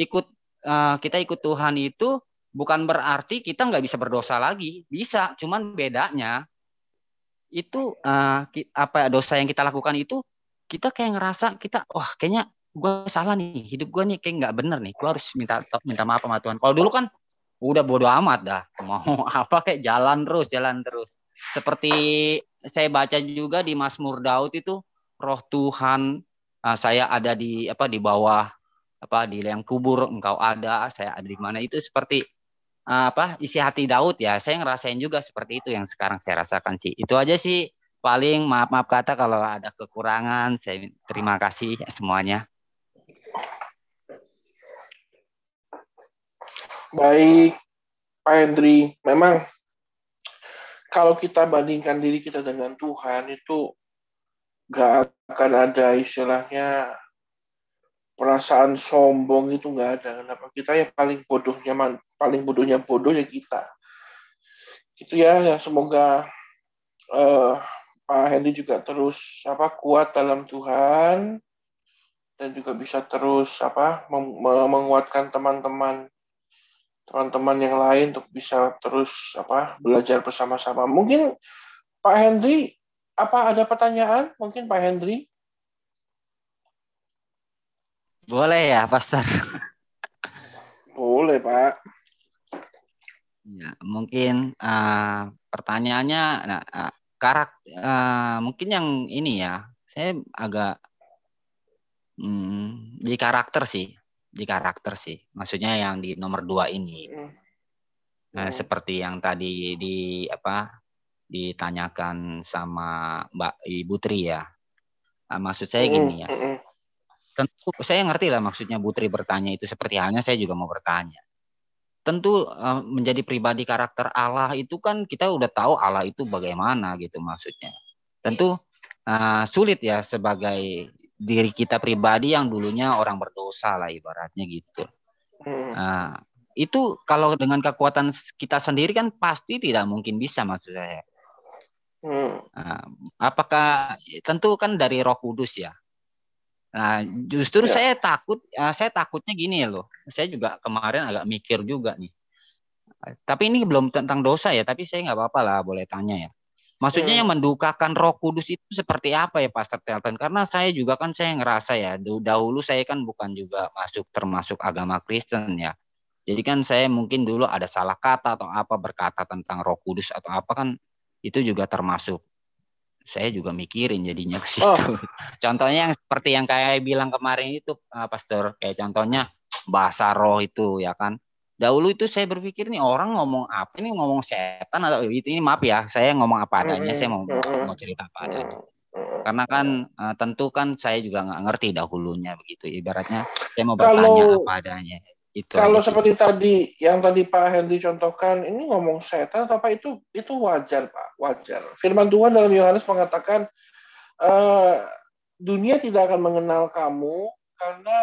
kita ikut Tuhan itu bukan berarti kita nggak bisa berdosa lagi, bisa, cuman bedanya itu apa dosa yang kita lakukan itu kita kayak ngerasa wah kayaknya gue salah nih, hidup gue nih kayak nggak bener nih, gue harus minta maaf sama Tuhan. Kalau dulu kan udah bodo amat dah, mau apa kayak jalan terus. Seperti saya baca juga di Mazmur Daud itu Roh Tuhan saya ada di bawah di liang kubur engkau ada, saya ada di mana itu seperti isi hati Daud ya. Saya ngerasain juga seperti itu yang sekarang saya rasakan sih. Itu aja sih paling maaf kata kalau ada kekurangan. Saya terima kasih ya semuanya. Baik, Pak Hendri. Memang kalau kita bandingkan diri kita dengan Tuhan itu gak akan ada istilahnya perasaan sombong itu nggak ada. Kenapa kita ya paling bodohnya bodoh ya kita. Gitu ya semoga Pak Hendy juga terus kuat dalam Tuhan dan juga bisa terus menguatkan teman-teman yang lain untuk bisa terus belajar bersama-sama. Mungkin Pak Henry, ada pertanyaan? Mungkin Pak Henry? Boleh ya, Pastor? Boleh, Pak. Ya, mungkin pertanyaannya, mungkin yang ini ya, saya agak di karakter sih, maksudnya yang di nomor 2 ini. Nah, seperti yang tadi ditanyakan sama Mbak Ibu Tri ya. Maksud saya gini ya. Tentu saya ngerti lah maksudnya Bu Tri bertanya itu, seperti halnya saya juga mau bertanya. Tentu menjadi pribadi karakter Allah itu kan kita udah tahu Allah itu bagaimana gitu maksudnya. Tentu sulit ya sebagai diri kita pribadi yang dulunya orang berdosa lah ibaratnya gitu. Itu kalau dengan kekuatan kita sendiri kan pasti tidak mungkin bisa maksud saya. Apakah tentu kan dari Roh Kudus ya. Nah, justru saya takutnya gini loh. Saya juga kemarin agak mikir juga nih. Tapi ini belum tentang dosa ya, tapi saya nggak apa-apa lah boleh tanya ya. Maksudnya yang mendukakan Roh Kudus itu seperti apa ya Pastor Telton? Karena saya ngerasa ya, dahulu saya kan bukan juga termasuk agama Kristen ya. Jadi kan saya mungkin dulu ada salah kata atau apa berkata tentang Roh Kudus atau apa kan itu juga termasuk. Saya juga mikirin jadinya ke situ. Contohnya yang seperti yang kayak bilang kemarin itu Pastor, kayak contohnya bahasa roh itu ya kan. Dahulu itu saya berpikir nih orang ngomong apa ini, ngomong setan atau itu, ini maaf ya, saya ngomong apa adanya, saya mau cerita apa adanya. Karena kan tentu kan saya juga nggak ngerti dahulunya begitu. Ibaratnya saya mau bertanya apa adanya. Kalau seperti tadi yang tadi Pak Henry contohkan, ini ngomong setan atau apa itu wajar Pak, wajar. Firman Tuhan dalam Yohanes mengatakan dunia tidak akan mengenal kamu karena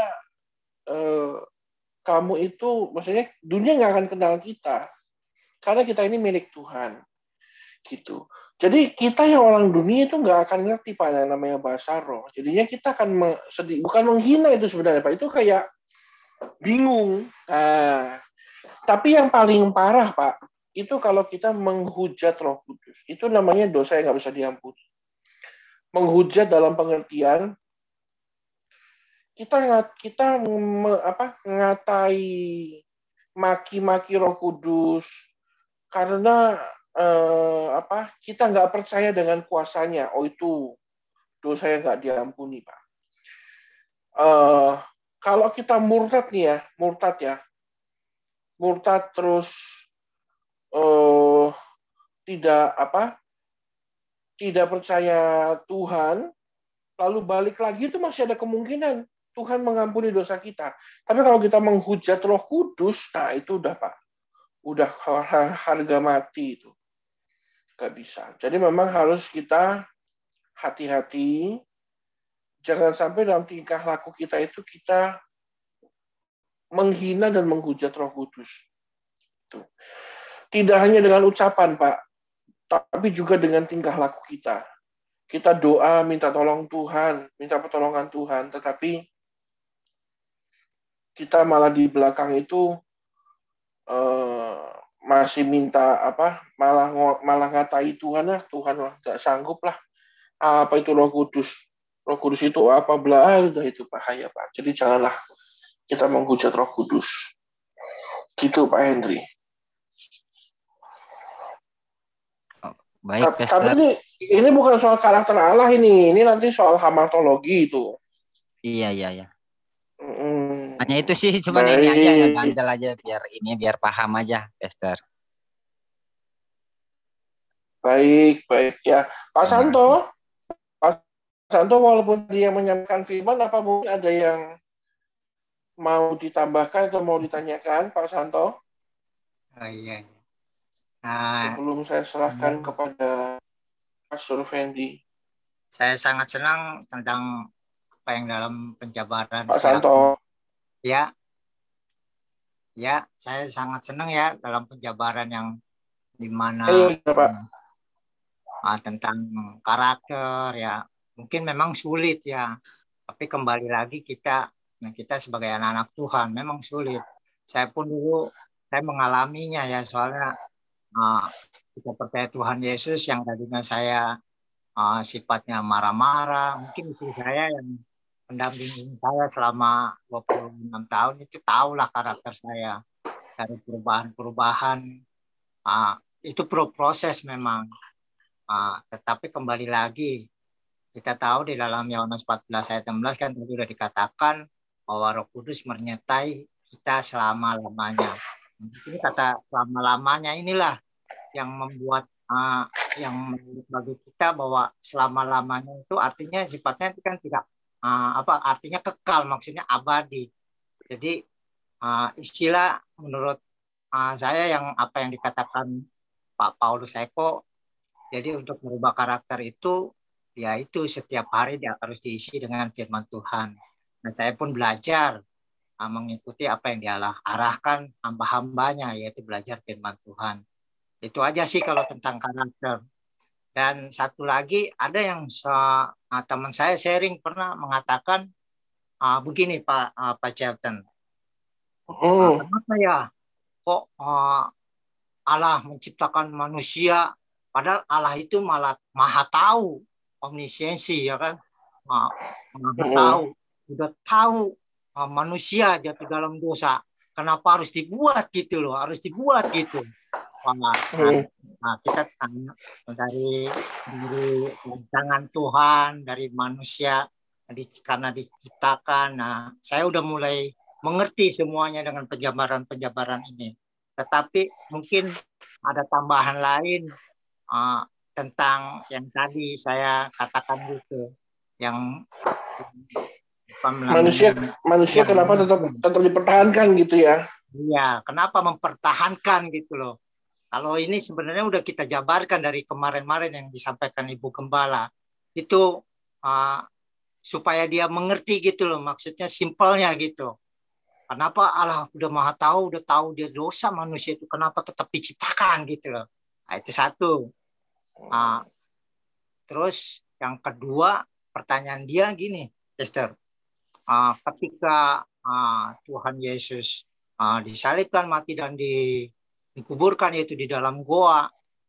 kamu itu, maksudnya dunia nggak akan kenal kita karena kita ini milik Tuhan, gitu. Jadi kita yang orang dunia itu nggak akan ngerti Pak yang namanya bahasa roh. Jadinya kita akan bukan menghina itu sebenarnya Pak, itu kayak bingung. Tapi yang paling parah Pak, itu kalau kita menghujat Roh Kudus. Itu namanya dosa yang nggak bisa diampuni. Menghujat dalam pengertian kita ngatai, maki-maki Roh Kudus karena kita nggak percaya dengan kuasanya. Oh itu dosa yang nggak diampuni Pak. Kalau kita murtad nih ya, murtad terus tidak percaya Tuhan, lalu balik lagi itu masih ada kemungkinan Tuhan mengampuni dosa kita. Tapi kalau kita menghujat Roh Kudus, nah itu udah Pak, udah harga mati itu, nggak bisa. Jadi memang harus kita hati-hati. Jangan sampai dalam tingkah laku kita itu kita menghina dan menghujat Roh Kudus. Tuh. Tidak hanya dengan ucapan, Pak, tapi juga dengan tingkah laku kita. Kita doa, minta tolong Tuhan, minta pertolongan Tuhan, tetapi kita malah di belakang itu masih minta malah ngatai Tuhan lah, Tuhan lah nggak sanggup lah. Apa itu Roh Kudus? Roh Kudus itu apa udah itu bahaya Pak. Jadi janganlah kita menghujat Roh Kudus. Gitu Pak Henry. Baik, tapi ini bukan soal karakter Allah ini nanti soal hamartologi itu. Iya. Hanya itu sih, cuma ini aja ngeganjel aja biar paham aja, Pastor. Baik ya, Pak Santo. Santo walaupun dia menyampaikan firman, apa mungkin ada yang mau ditambahkan atau mau ditanyakan, Pak Santo? Iya. Sebelum saya serahkan kepada Pastor Fendi. Saya sangat senang tentang apa yang dalam penjabaran. Pak Santo. Ya, saya sangat senang ya dalam penjabaran yang dimana tentang karakter ya. Mungkin memang sulit ya Tapi kembali lagi kita sebagai anak-anak Tuhan memang sulit. Saya pun dulu saya mengalaminya ya, soalnya kita percaya Tuhan Yesus yang tadinya saya sifatnya marah-marah. Mungkin istri saya yang pendamping saya selama 26 tahun itu tahulah karakter saya. Dari perubahan-perubahan itu proses memang. Tetapi kembali lagi kita tahu di dalam Yohanes 14 ayat 16 kan tadi sudah dikatakan bahwa Roh Kudus menyertai kita selama-lamanya. Ini kata selama-lamanya inilah yang membuat yang bagi kita bahwa selama-lamanya itu artinya sifatnya itu kan tidak artinya kekal, maksudnya abadi. Jadi istilah menurut saya yang apa yang dikatakan Pak Paulus Eko, jadi untuk merubah karakter itu ya itu setiap hari dia harus diisi dengan firman Tuhan. Dan saya pun belajar mengikuti apa yang dia arahkan hamba-hambanya, yaitu belajar firman Tuhan. Itu aja sih kalau tentang karakter. Dan satu lagi ada yang teman saya sharing pernah mengatakan begini Pak Charlton. Kenapa ya kok Allah menciptakan manusia padahal Allah itu maha tahu, omnisciensi ya kan, maha tahu, sudah tahu manusia jatuh dalam dosa, kenapa harus dibuat gitu loh, harus dibuat gitu. Kita tanya dari tangan Tuhan, dari manusia karena diciptakan. Saya udah mulai mengerti semuanya dengan penjabaran ini. Tetapi mungkin ada tambahan lain tentang yang tadi saya katakan gitu, yang manusia kenapa tetap dipertahankan gitu ya? Iya, kenapa mempertahankan gitu loh? Kalau ini sebenarnya udah kita jabarkan dari kemarin-kemarin yang disampaikan Ibu Gembala itu supaya dia mengerti gitu loh, maksudnya simpelnya gitu. Kenapa Allah udah maha tahu, udah tahu dia dosa manusia itu, kenapa tetap diciptakan gitu loh. Nah, itu satu. Terus yang kedua pertanyaan dia gini, Esther. Ketika Tuhan Yesus disalibkan, mati dan dikuburkan yaitu di dalam goa,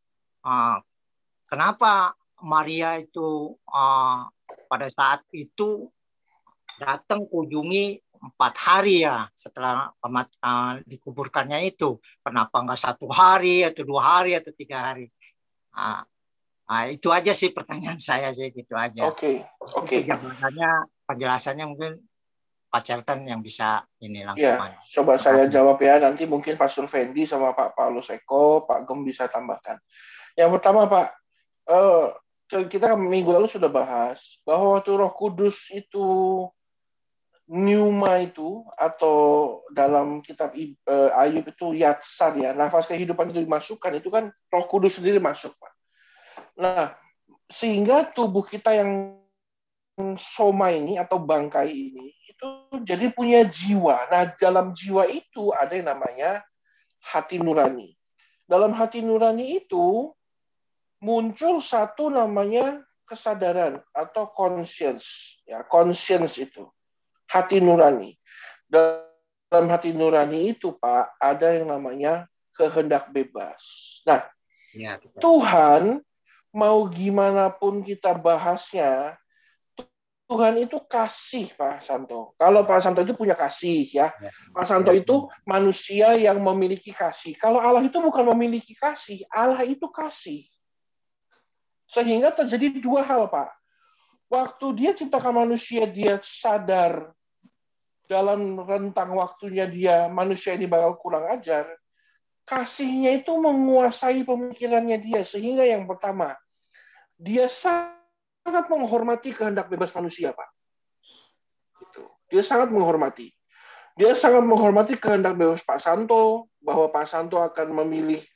kenapa Maria itu pada saat itu datang kunjungi 4 hari ya setelah dikuburkannya itu, kenapa enggak 1 hari atau 2 hari atau 3 hari? Itu aja sih pertanyaan saya sih, gitu aja. Oke. Penjelasannya mungkin Pak Charlton yang bisa ini langsung. Ya, coba saya jawab ya. Nanti mungkin Pak Survendi sama Pak Paulus Eko, Pak Gem bisa tambahkan. Yang pertama Pak, kita minggu lalu sudah bahas bahwa waktu Roh Kudus itu pneuma itu, atau dalam kitab Ayub itu yatsar ya, nafas kehidupan itu dimasukkan, itu kan Roh Kudus sendiri masuk Pak. Nah, sehingga tubuh kita yang soma ini atau bangkai ini itu jadi punya jiwa. Nah, dalam jiwa itu ada yang namanya hati nurani. Dalam hati nurani itu muncul satu namanya kesadaran atau conscience. Ya, conscience itu hati nurani. Dalam hati nurani itu Pak ada yang namanya kehendak bebas. Nah, ya, Tuhan mau gimana pun kita bahasnya, Tuhan itu kasih Pak Santo. Kalau Pak Santo itu punya kasih ya. Pak Santo itu manusia yang memiliki kasih. Kalau Allah itu bukan memiliki kasih, Allah itu kasih. Sehingga terjadi 2 hal Pak. Waktu dia ciptakan manusia, dia sadar dalam rentang waktunya dia manusia ini bakal kurang ajar. Kasihnya itu menguasai pemikirannya dia. Sehingga yang pertama, dia sangat menghormati kehendak bebas manusia, Pak. Gitu. Dia sangat menghormati. Dia sangat menghormati kehendak bebas Pak Santo, bahwa Pak Santo akan memilih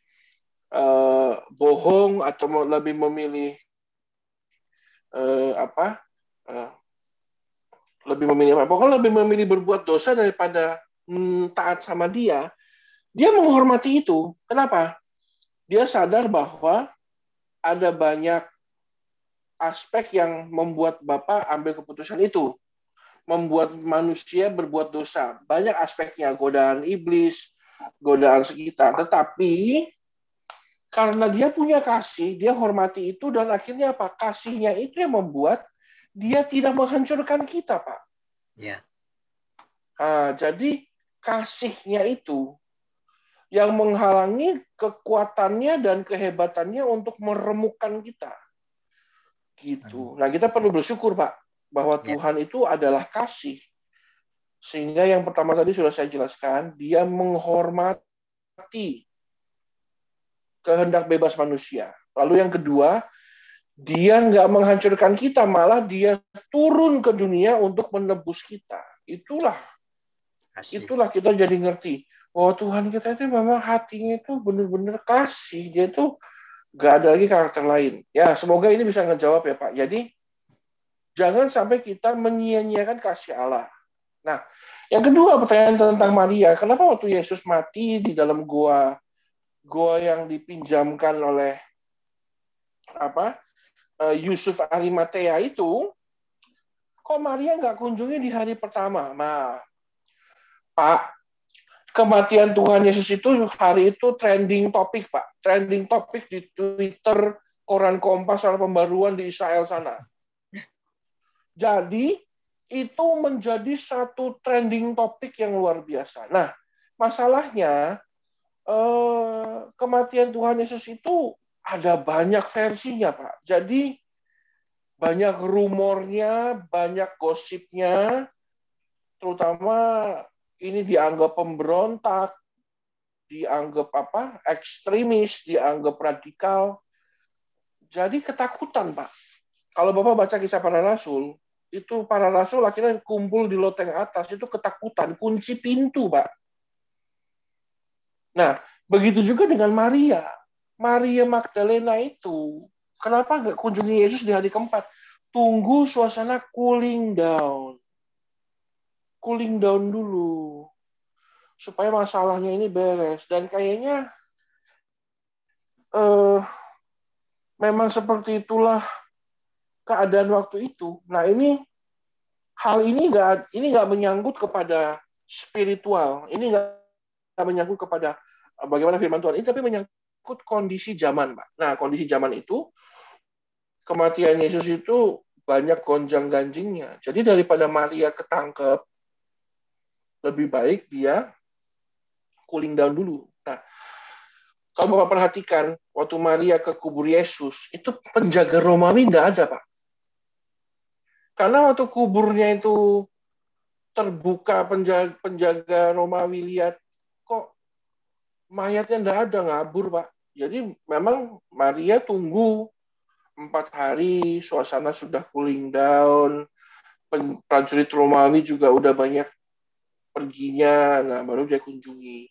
bohong atau lebih memilih pokoknya lebih memilih berbuat dosa daripada taat sama dia. Dia menghormati itu. Kenapa? Dia sadar bahwa ada banyak aspek yang membuat Bapak ambil keputusan itu. membuat manusia berbuat dosa. Banyak aspeknya, godaan iblis, godaan sekitar. Tetapi karena dia punya kasih, dia hormati itu, dan akhirnya apa? Kasihnya itu yang membuat dia tidak menghancurkan kita, Pak. Ya. Jadi kasihnya itu yang menghalangi kekuatannya dan kehebatannya untuk meremukkan kita. Gitu. Nah, kita perlu bersyukur, Pak, bahwa Tuhan itu adalah kasih. Sehingga yang pertama tadi sudah saya jelaskan, dia menghormati kehendak bebas manusia. Lalu yang kedua, dia nggak menghancurkan kita, malah dia turun ke dunia untuk menebus kita. Itulah kita jadi ngerti bahwa Tuhan kita itu memang hatinya itu benar-benar kasih. Dia itu nggak ada lagi karakter lain. Ya, semoga ini bisa ngejawab ya, Pak. Jadi jangan sampai kita menyia-nyiakan kasih Allah. Nah, yang kedua, pertanyaan tentang Maria. Kenapa waktu Yesus mati di dalam goa yang dipinjamkan oleh Yusuf Arimatea itu, kok Maria nggak kunjungi di hari pertama? Nah, Pak, kematian Tuhan Yesus itu hari itu trending topik, Pak. Trending topik di Twitter, Koran Kompas, soal pembaruan di Israel sana. Jadi, itu menjadi satu trending topik yang luar biasa. Nah, masalahnya, kematian Tuhan Yesus itu ada banyak versinya, Pak. Jadi banyak rumornya, banyak gosipnya, terutama ini dianggap pemberontak, dianggap ekstremis, dianggap radikal. Jadi ketakutan, Pak. Kalau Bapak baca kisah para rasul, itu para rasul akhirnya kumpul di loteng atas, itu ketakutan, kunci pintu, Pak. Nah, begitu juga dengan Maria. Maria Magdalena itu, kenapa nggak kunjungi Yesus di hari keempat? Tunggu suasana cooling down. Cooling down dulu. Supaya masalahnya ini beres. Dan kayaknya memang seperti itulah keadaan waktu itu. Nah, hal ini nggak menyangkut kepada spiritual. Ini nggak menyangkut kepada bagaimana firman Tuhan ini, tapi menyangkut kondisi zaman, Pak. Nah, kondisi zaman itu, kematian Yesus itu banyak gonjang-ganjingnya. Jadi daripada Maria ketangkep, lebih baik dia cooling down dulu. Nah, kalau Bapak perhatikan, waktu Maria ke kubur Yesus, itu penjaga Romawi nggak ada, Pak. Karena waktu kuburnya itu terbuka, penjaga Romawi lihat, kok mayatnya nggak ada, ngabur, Pak. Jadi memang Maria tunggu 4 hari, suasana sudah cooling down, prajurit Romawi juga udah banyak perginya, nah baru dia kunjungi.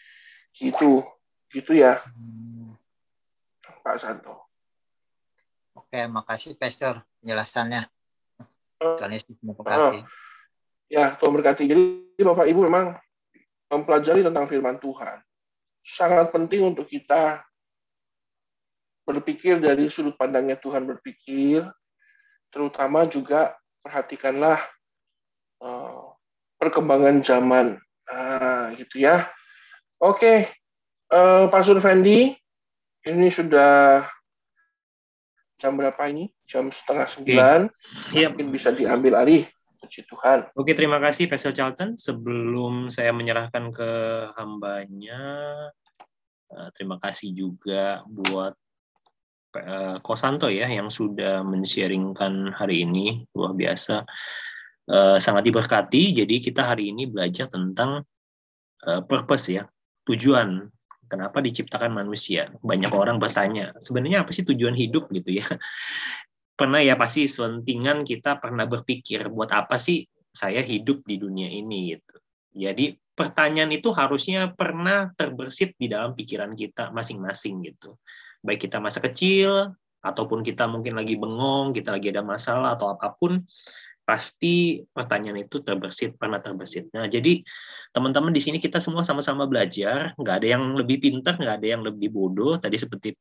Gitu ya, Pak Santo. Oke, makasih Pastor penjelasannya. Tuhan Yesus memberkati. Ya, Tuhan berkati. Jadi Bapak Ibu memang mempelajari tentang firman Tuhan. Sangat penting untuk kita berpikir dari sudut pandangnya Tuhan berpikir, terutama juga perhatikanlah perkembangan zaman. Nah, gitu ya. Oke, Pak Surfendi, ini sudah jam berapa ini? Jam 8:30. Mungkin bisa diambil alih. Puji Tuhan. Oke, terima kasih Pastor Charlton. Sebelum saya menyerahkan ke hambanya, terima kasih juga buat Kosanto ya yang sudah men-sharingkan hari ini, luar biasa, sangat diberkati. Jadi kita hari ini belajar tentang purpose ya, tujuan kenapa diciptakan manusia. Banyak orang bertanya, sebenarnya apa sih tujuan hidup gitu ya? Pernah ya pasti selentingan kita pernah berpikir buat apa sih saya hidup di dunia ini gitu. Jadi pertanyaan itu harusnya pernah terbersit di dalam pikiran kita masing-masing gitu. Baik kita masa kecil ataupun kita mungkin lagi bengong, kita lagi ada masalah atau apapun, pasti pertanyaan itu pernah terbersit. Nah, jadi teman-teman di sini kita semua sama-sama belajar, nggak ada yang lebih pintar, nggak ada yang lebih bodoh. Tadi seperti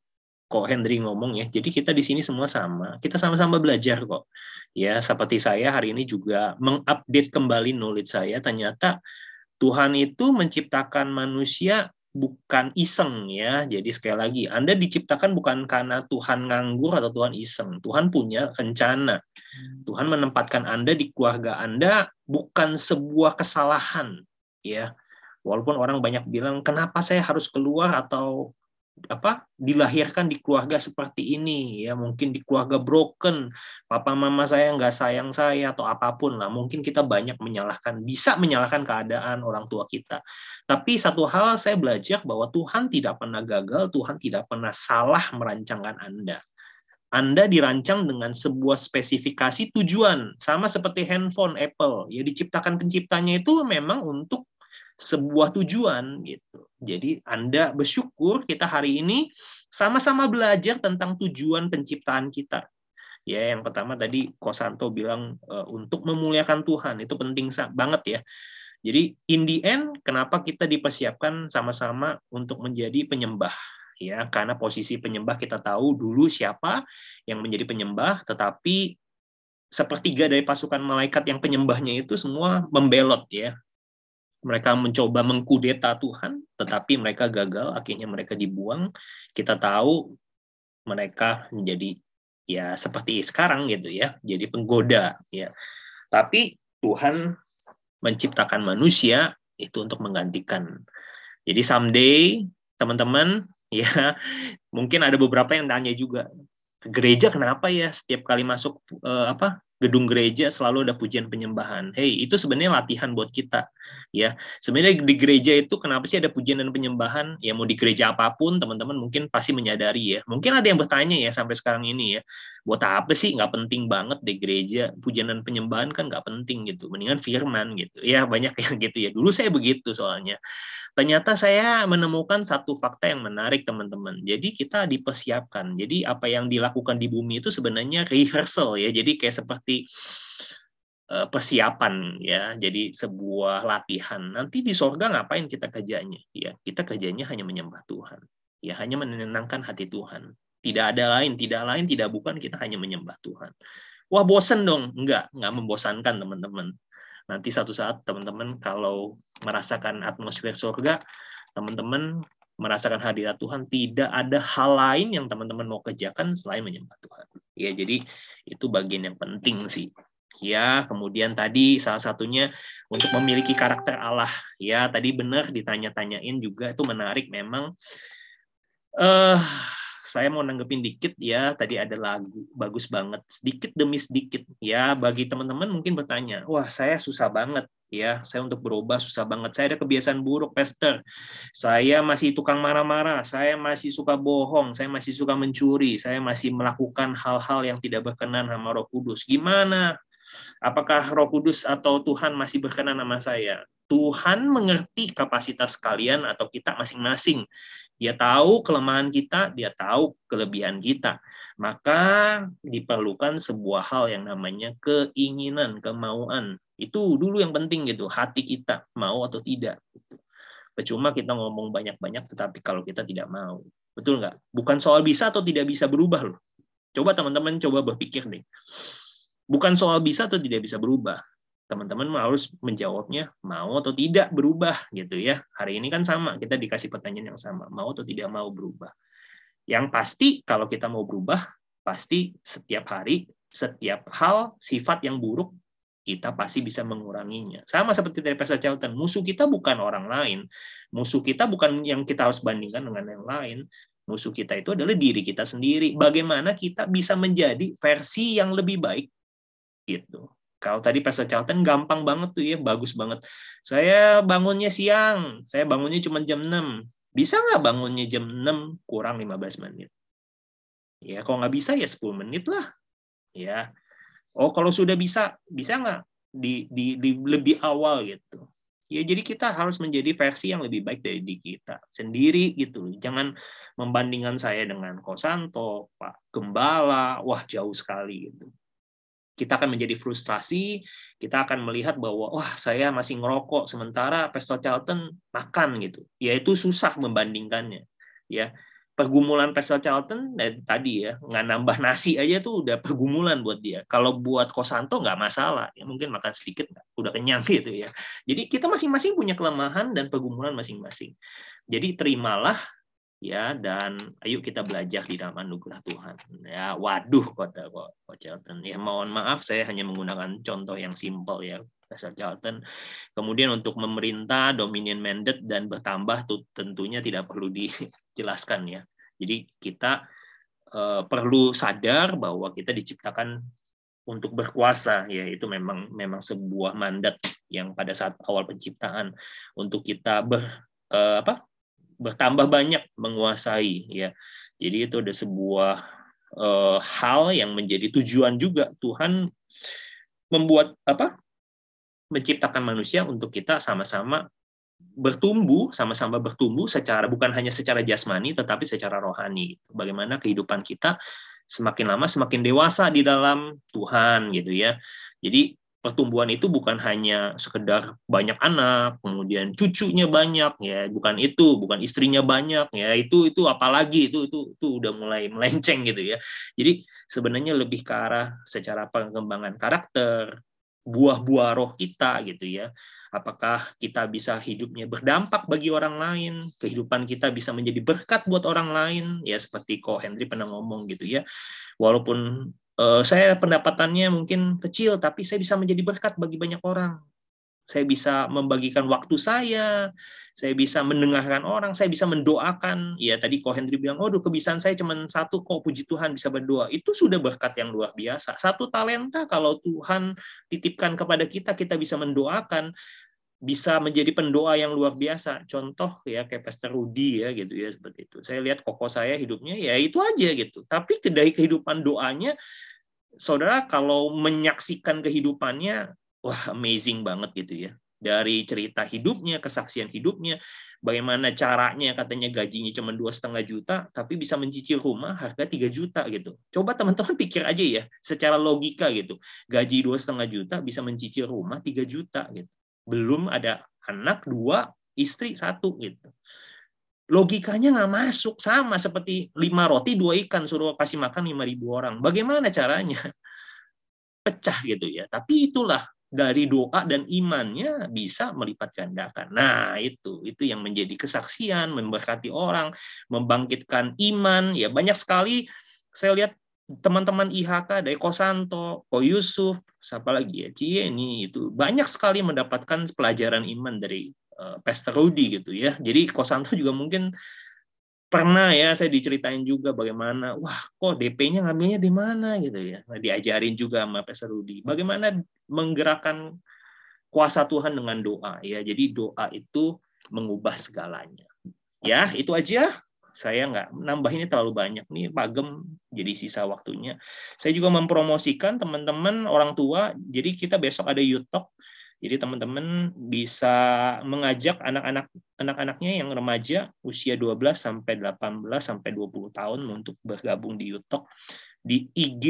kok Henry ngomong ya. Jadi kita di sini semua sama. Kita sama-sama belajar kok. Ya, seperti saya hari ini juga mengupdate kembali knowledge saya. Ternyata Tuhan itu menciptakan manusia bukan iseng ya. Jadi sekali lagi, Anda diciptakan bukan karena Tuhan nganggur atau Tuhan iseng. Tuhan punya rencana. Tuhan menempatkan Anda di keluarga Anda bukan sebuah kesalahan ya. Walaupun orang banyak bilang, kenapa saya harus keluar atau dilahirkan di keluarga seperti ini ya, mungkin di keluarga broken, papa mama saya nggak sayang saya atau apapun lah, mungkin kita bisa menyalahkan keadaan orang tua kita. Tapi satu hal saya belajar bahwa Tuhan tidak pernah gagal, Tuhan tidak pernah salah merancangkan Anda. Anda dirancang dengan sebuah spesifikasi tujuan, sama seperti handphone Apple ya, diciptakan penciptanya itu memang untuk sebuah tujuan gitu. Jadi Anda bersyukur kita hari ini sama-sama belajar tentang tujuan penciptaan kita. Ya, yang pertama tadi Kosanto bilang untuk memuliakan Tuhan, itu penting banget ya. Jadi in the end kenapa kita dipersiapkan sama-sama untuk menjadi penyembah ya, karena posisi penyembah kita tahu dulu siapa yang menjadi penyembah, tetapi sepertiga dari pasukan malaikat yang penyembahnya itu semua membelot ya. Mereka mencoba mengkudeta Tuhan, tetapi mereka gagal, akhirnya mereka dibuang. Kita tahu mereka menjadi ya seperti sekarang gitu ya, jadi penggoda ya. Tapi Tuhan menciptakan manusia itu untuk menggantikan. Jadi someday teman-teman ya, mungkin ada beberapa yang tanya juga, ke gereja kenapa ya setiap kali masuk gedung gereja selalu ada pujian penyembahan. Hey, itu sebenarnya latihan buat kita. Ya, sebenarnya di gereja itu kenapa sih ada pujian dan penyembahan? Ya mau di gereja apapun, teman-teman mungkin pasti menyadari ya. Mungkin ada yang bertanya ya sampai sekarang ini ya, buat apa sih? Nggak penting banget di gereja, pujian dan penyembahan kan nggak penting gitu. Mendingan firman gitu. Ya banyak yang gitu ya. Dulu saya begitu soalnya. Ternyata saya menemukan satu fakta yang menarik teman-teman. Jadi kita dipersiapkan. Jadi apa yang dilakukan di bumi itu sebenarnya rehearsal ya. Jadi kayak seperti persiapan ya. Jadi sebuah latihan. Nanti di sorga ngapain kita kerjanya? Ya, kita kerjanya hanya menyembah Tuhan. Ya, hanya menenangkan hati Tuhan. Tidak lain, tidak bukan, kita hanya menyembah Tuhan. Wah, bosen dong. Enggak membosankan teman-teman. Nanti satu saat teman-teman kalau merasakan atmosfer surga, teman-teman merasakan hadirat Tuhan, tidak ada hal lain yang teman-teman mau kerjakan selain menyembah Tuhan. Ya, jadi itu bagian yang penting sih. Ya, kemudian tadi salah satunya untuk memiliki karakter Allah. Ya, tadi benar ditanya-tanyain juga, itu menarik memang. Saya mau nanggepin dikit ya, tadi ada lagu bagus banget, sedikit demi sedikit ya. Bagi teman-teman mungkin bertanya, wah saya susah banget ya, saya untuk berubah susah banget, saya ada kebiasaan buruk pastor, saya masih tukang marah-marah, saya masih suka bohong, saya masih suka mencuri, saya masih melakukan hal-hal yang tidak berkenan sama Roh Kudus. Gimana? Apakah Roh Kudus atau Tuhan masih berkenan sama saya? Tuhan mengerti kapasitas kalian atau kita masing-masing. Dia tahu kelemahan kita, dia tahu kelebihan kita. Maka diperlukan sebuah hal yang namanya keinginan, kemauan. Itu dulu yang penting gitu, hati kita mau atau tidak. Percuma kita ngomong banyak-banyak, tetapi kalau kita tidak mau. Betul nggak? Bukan soal bisa atau tidak bisa berubah loh. Coba teman-teman coba berpikir deh. Bukan soal bisa atau tidak bisa berubah. Teman-teman harus menjawabnya mau atau tidak berubah gitu ya. Hari ini kan sama, kita dikasih pertanyaan yang sama, mau atau tidak mau berubah. Yang pasti kalau kita mau berubah, pasti setiap hari, setiap hal, sifat yang buruk, kita pasti bisa menguranginya. Sama seperti dari Pastor Charlton, musuh kita bukan orang lain. Musuh kita bukan yang kita harus bandingkan dengan yang lain. Musuh kita itu adalah diri kita sendiri. Bagaimana kita bisa menjadi versi yang lebih baik gitu. Kalau tadi Pastor Charlton gampang banget tuh ya, bagus banget. Saya bangunnya siang, saya bangunnya cuma jam 6. Bisa nggak bangunnya jam 6 kurang 15 menit? Ya, kalau nggak bisa ya 10 menit lah. Ya. Oh, kalau sudah bisa nggak di lebih awal gitu. Ya, jadi kita harus menjadi versi yang lebih baik dari diri kita sendiri gitu. Jangan membandingkan saya dengan Kosanto, Pak Gembala, wah jauh sekali gitu. Kita akan menjadi frustrasi, kita akan melihat bahwa wah saya masih ngerokok sementara Pastor Charlton makan gitu. Ya itu susah membandingkannya. Ya. pergumulan Pastor Charlton tadi ya, nggak nambah nasi aja tuh udah pergumulan buat dia. Kalau buat Kosanto nggak masalah, ya mungkin makan sedikit udah kenyang gitu ya. Jadi kita masing-masing punya kelemahan dan pergumulan masing-masing. Jadi terimalah ya, dan ayo kita belajar di dalam anugerah Tuhan. Ya, waduh kata Coach Charlton. Ya mohon maaf saya hanya menggunakan contoh yang simpel ya, Pastor Charlton. Kemudian untuk memerintah, dominion mandate dan bertambah tentunya tidak perlu dijelaskan ya. Jadi kita perlu sadar bahwa kita diciptakan untuk berkuasa ya, itu memang sebuah mandat yang pada saat awal penciptaan untuk kita bertambah banyak menguasai ya. Jadi itu ada sebuah hal yang menjadi tujuan juga Tuhan membuat menciptakan manusia untuk kita sama-sama bertumbuh secara bukan hanya secara jasmani tetapi secara rohani. Bagaimana kehidupan kita semakin lama semakin dewasa di dalam Tuhan gitu ya. Jadi pertumbuhan itu bukan hanya sekedar banyak anak, kemudian cucunya banyak ya, bukan istrinya banyak ya, itu apalagi itu udah mulai melenceng gitu ya. Jadi sebenarnya lebih ke arah secara pengembangan karakter, buah-buah roh kita gitu ya. Apakah kita bisa hidupnya berdampak bagi orang lain, kehidupan kita bisa menjadi berkat buat orang lain ya, seperti Ko Henry pernah ngomong gitu ya. Walaupun saya pendapatannya mungkin kecil, tapi saya bisa menjadi berkat bagi banyak orang. Saya bisa membagikan waktu saya bisa mendengarkan orang, saya bisa mendoakan. Ya tadi Ko Henry bilang, kebiasaan saya cuma satu kok, puji Tuhan bisa berdoa. Itu sudah berkat yang luar biasa. Satu talenta kalau Tuhan titipkan kepada kita, kita bisa mendoakan, bisa menjadi pendoa yang luar biasa. Contoh ya kayak Pastor Rudy ya gitu ya, seperti itu. Saya lihat koko saya hidupnya ya itu aja gitu. Tapi dari kehidupan doanya, saudara kalau menyaksikan kehidupannya, wah amazing banget gitu ya. Dari cerita hidupnya, kesaksian hidupnya, bagaimana caranya katanya gajinya cuma 2,5 juta, tapi bisa mencicil rumah harga 3 juta gitu. Coba teman-teman pikir aja ya, secara logika gitu. Gaji 2,5 juta bisa mencicil rumah 3 juta gitu. Belum ada anak 2, istri 1 gitu. Logikanya nggak masuk, sama seperti 5 roti 2 ikan suruh kasih makan 5.000 orang. Bagaimana caranya? Pecah gitu ya. Tapi itulah dari doa dan imannya bisa melipat gandakan. Nah, itu yang menjadi kesaksian, memberkati orang, membangkitkan iman. Ya banyak sekali saya lihat teman-teman IHK dari Kosanto, Ko Yusuf, siapa lagi ya, Cie ini itu banyak sekali mendapatkan pelajaran iman dari Pastor Rudy gitu ya. Jadi Kosanto juga mungkin pernah ya saya diceritain juga bagaimana, wah kok DP-nya ngambilnya di mana gitu ya. Nah, diajarin juga sama Pastor Rudy bagaimana menggerakkan kuasa Tuhan dengan doa ya. Jadi doa itu mengubah segalanya. Ya, itu aja. Saya nggak nambahinnya terlalu banyak nih, Pak Gem jadi sisa waktunya. Saya juga mempromosikan teman-teman orang tua. Jadi kita besok ada Youth Talk. Jadi teman-teman bisa mengajak anak-anaknya yang remaja usia 12 sampai 18 sampai 20 tahun untuk bergabung di Youth Talk di IG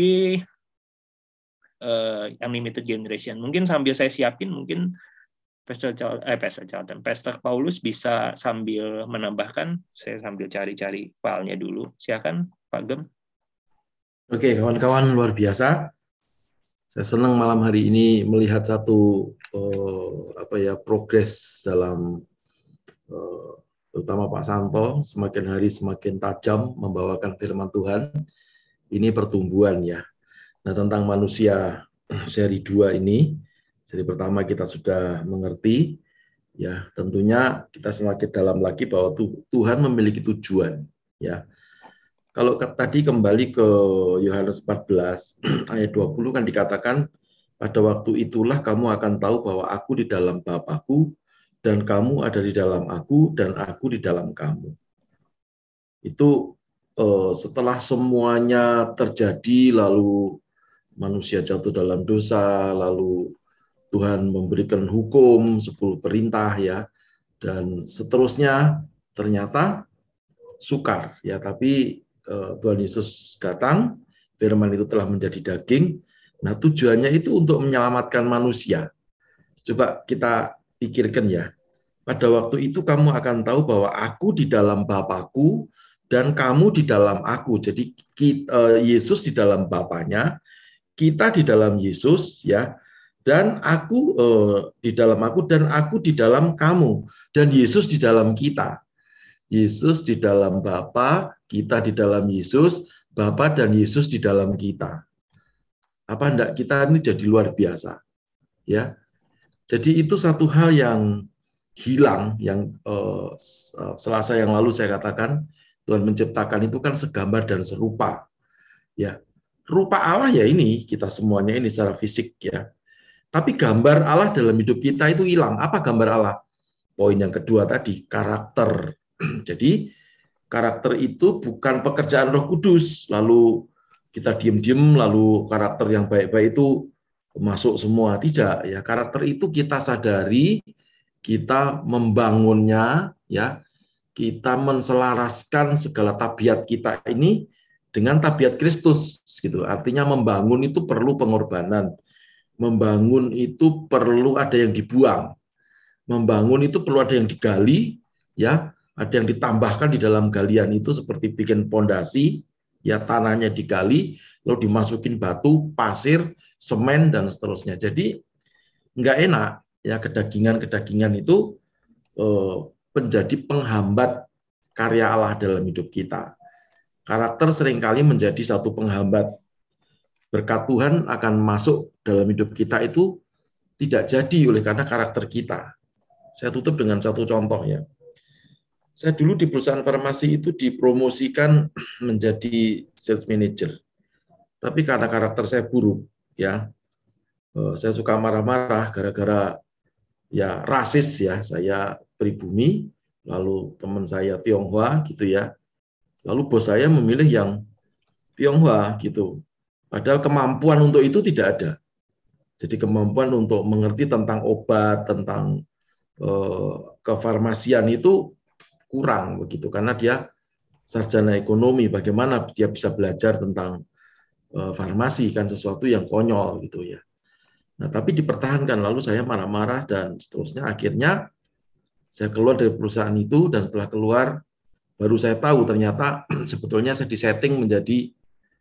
Unlimited Generation. Mungkin sambil saya siapin, mungkin Pastor Paulus bisa sambil menambahkan, saya sambil cari-cari filenya dulu. Silakan Pak Gem. Oke, kawan-kawan luar biasa. Saya senang malam hari ini melihat satu progres dalam terutama Pak Santo, semakin hari semakin tajam membawakan firman Tuhan. Ini pertumbuhan ya. Nah, tentang manusia seri 2 ini, seri pertama kita sudah mengerti, ya tentunya kita semakin dalam lagi bahwa Tuhan memiliki tujuan. Ya, kalau tadi kembali ke Yohanes 14 ayat 20 kan dikatakan, pada waktu itulah kamu akan tahu bahwa aku di dalam Bapa-Ku dan kamu ada di dalam aku dan aku di dalam kamu. Itu setelah semuanya terjadi, lalu manusia jatuh dalam dosa, lalu Tuhan memberikan hukum 10 perintah ya, dan seterusnya ternyata sukar ya, tapi Tuhan Yesus datang, firman itu telah menjadi daging. Nah, tujuannya itu untuk menyelamatkan manusia. Coba kita pikirkan ya. Pada waktu itu kamu akan tahu bahwa aku di dalam Bapa-Ku dan kamu di dalam aku. Jadi Yesus di dalam Bapanya, kita di dalam Yesus, ya, dan aku di dalam aku, dan aku di dalam kamu, dan Yesus di dalam kita. Yesus di dalam Bapa, kita di dalam Yesus, Bapa dan Yesus di dalam kita. Apa enggak, kita ini jadi luar biasa, ya. Jadi itu satu hal yang hilang, yang Selasa yang lalu saya katakan, Tuhan menciptakan itu kan segambar dan serupa, ya. Rupa Allah ya ini, kita semuanya ini secara fisik, ya. Tapi gambar Allah dalam hidup kita itu hilang. Apa gambar Allah? Poin yang kedua tadi, karakter. Jadi karakter itu bukan pekerjaan Roh Kudus, lalu kita diem-diem, lalu karakter yang baik-baik itu masuk semua. Tidak, ya. Karakter itu kita sadari, kita membangunnya, ya. Kita menselaraskan segala tabiat kita ini dengan tabiat Kristus, gitu. Artinya membangun itu perlu pengorbanan, membangun itu perlu ada yang dibuang, membangun itu perlu ada yang digali, ya, ada yang ditambahkan di dalam galian itu seperti bikin pondasi, ya, tanahnya digali, lalu dimasukin batu, pasir, semen dan seterusnya. Jadi nggak enak, ya, kedagingan itu menjadi penghambat karya Allah dalam hidup kita. Karakter seringkali menjadi satu penghambat. Berkat Tuhan akan masuk dalam hidup kita itu tidak jadi oleh karena karakter kita. Saya tutup dengan satu contoh, ya. Saya dulu di perusahaan farmasi itu dipromosikan menjadi sales manager. Tapi karena karakter saya buruk, ya, saya suka marah-marah gara-gara, ya, rasis, ya, saya pribumi, lalu teman saya Tionghoa, gitu, ya. Lalu bos saya memilih yang Tionghoa, gitu. Padahal kemampuan untuk itu tidak ada. Jadi kemampuan untuk mengerti tentang obat, tentang kefarmasian itu kurang, begitu, karena dia sarjana ekonomi. Bagaimana dia bisa belajar tentang farmasi, kan sesuatu yang konyol, gitu, ya. Nah, tapi dipertahankan, lalu saya marah-marah dan seterusnya. Akhirnya saya keluar dari perusahaan itu, dan setelah keluar baru saya tahu ternyata sebetulnya saya disetting menjadi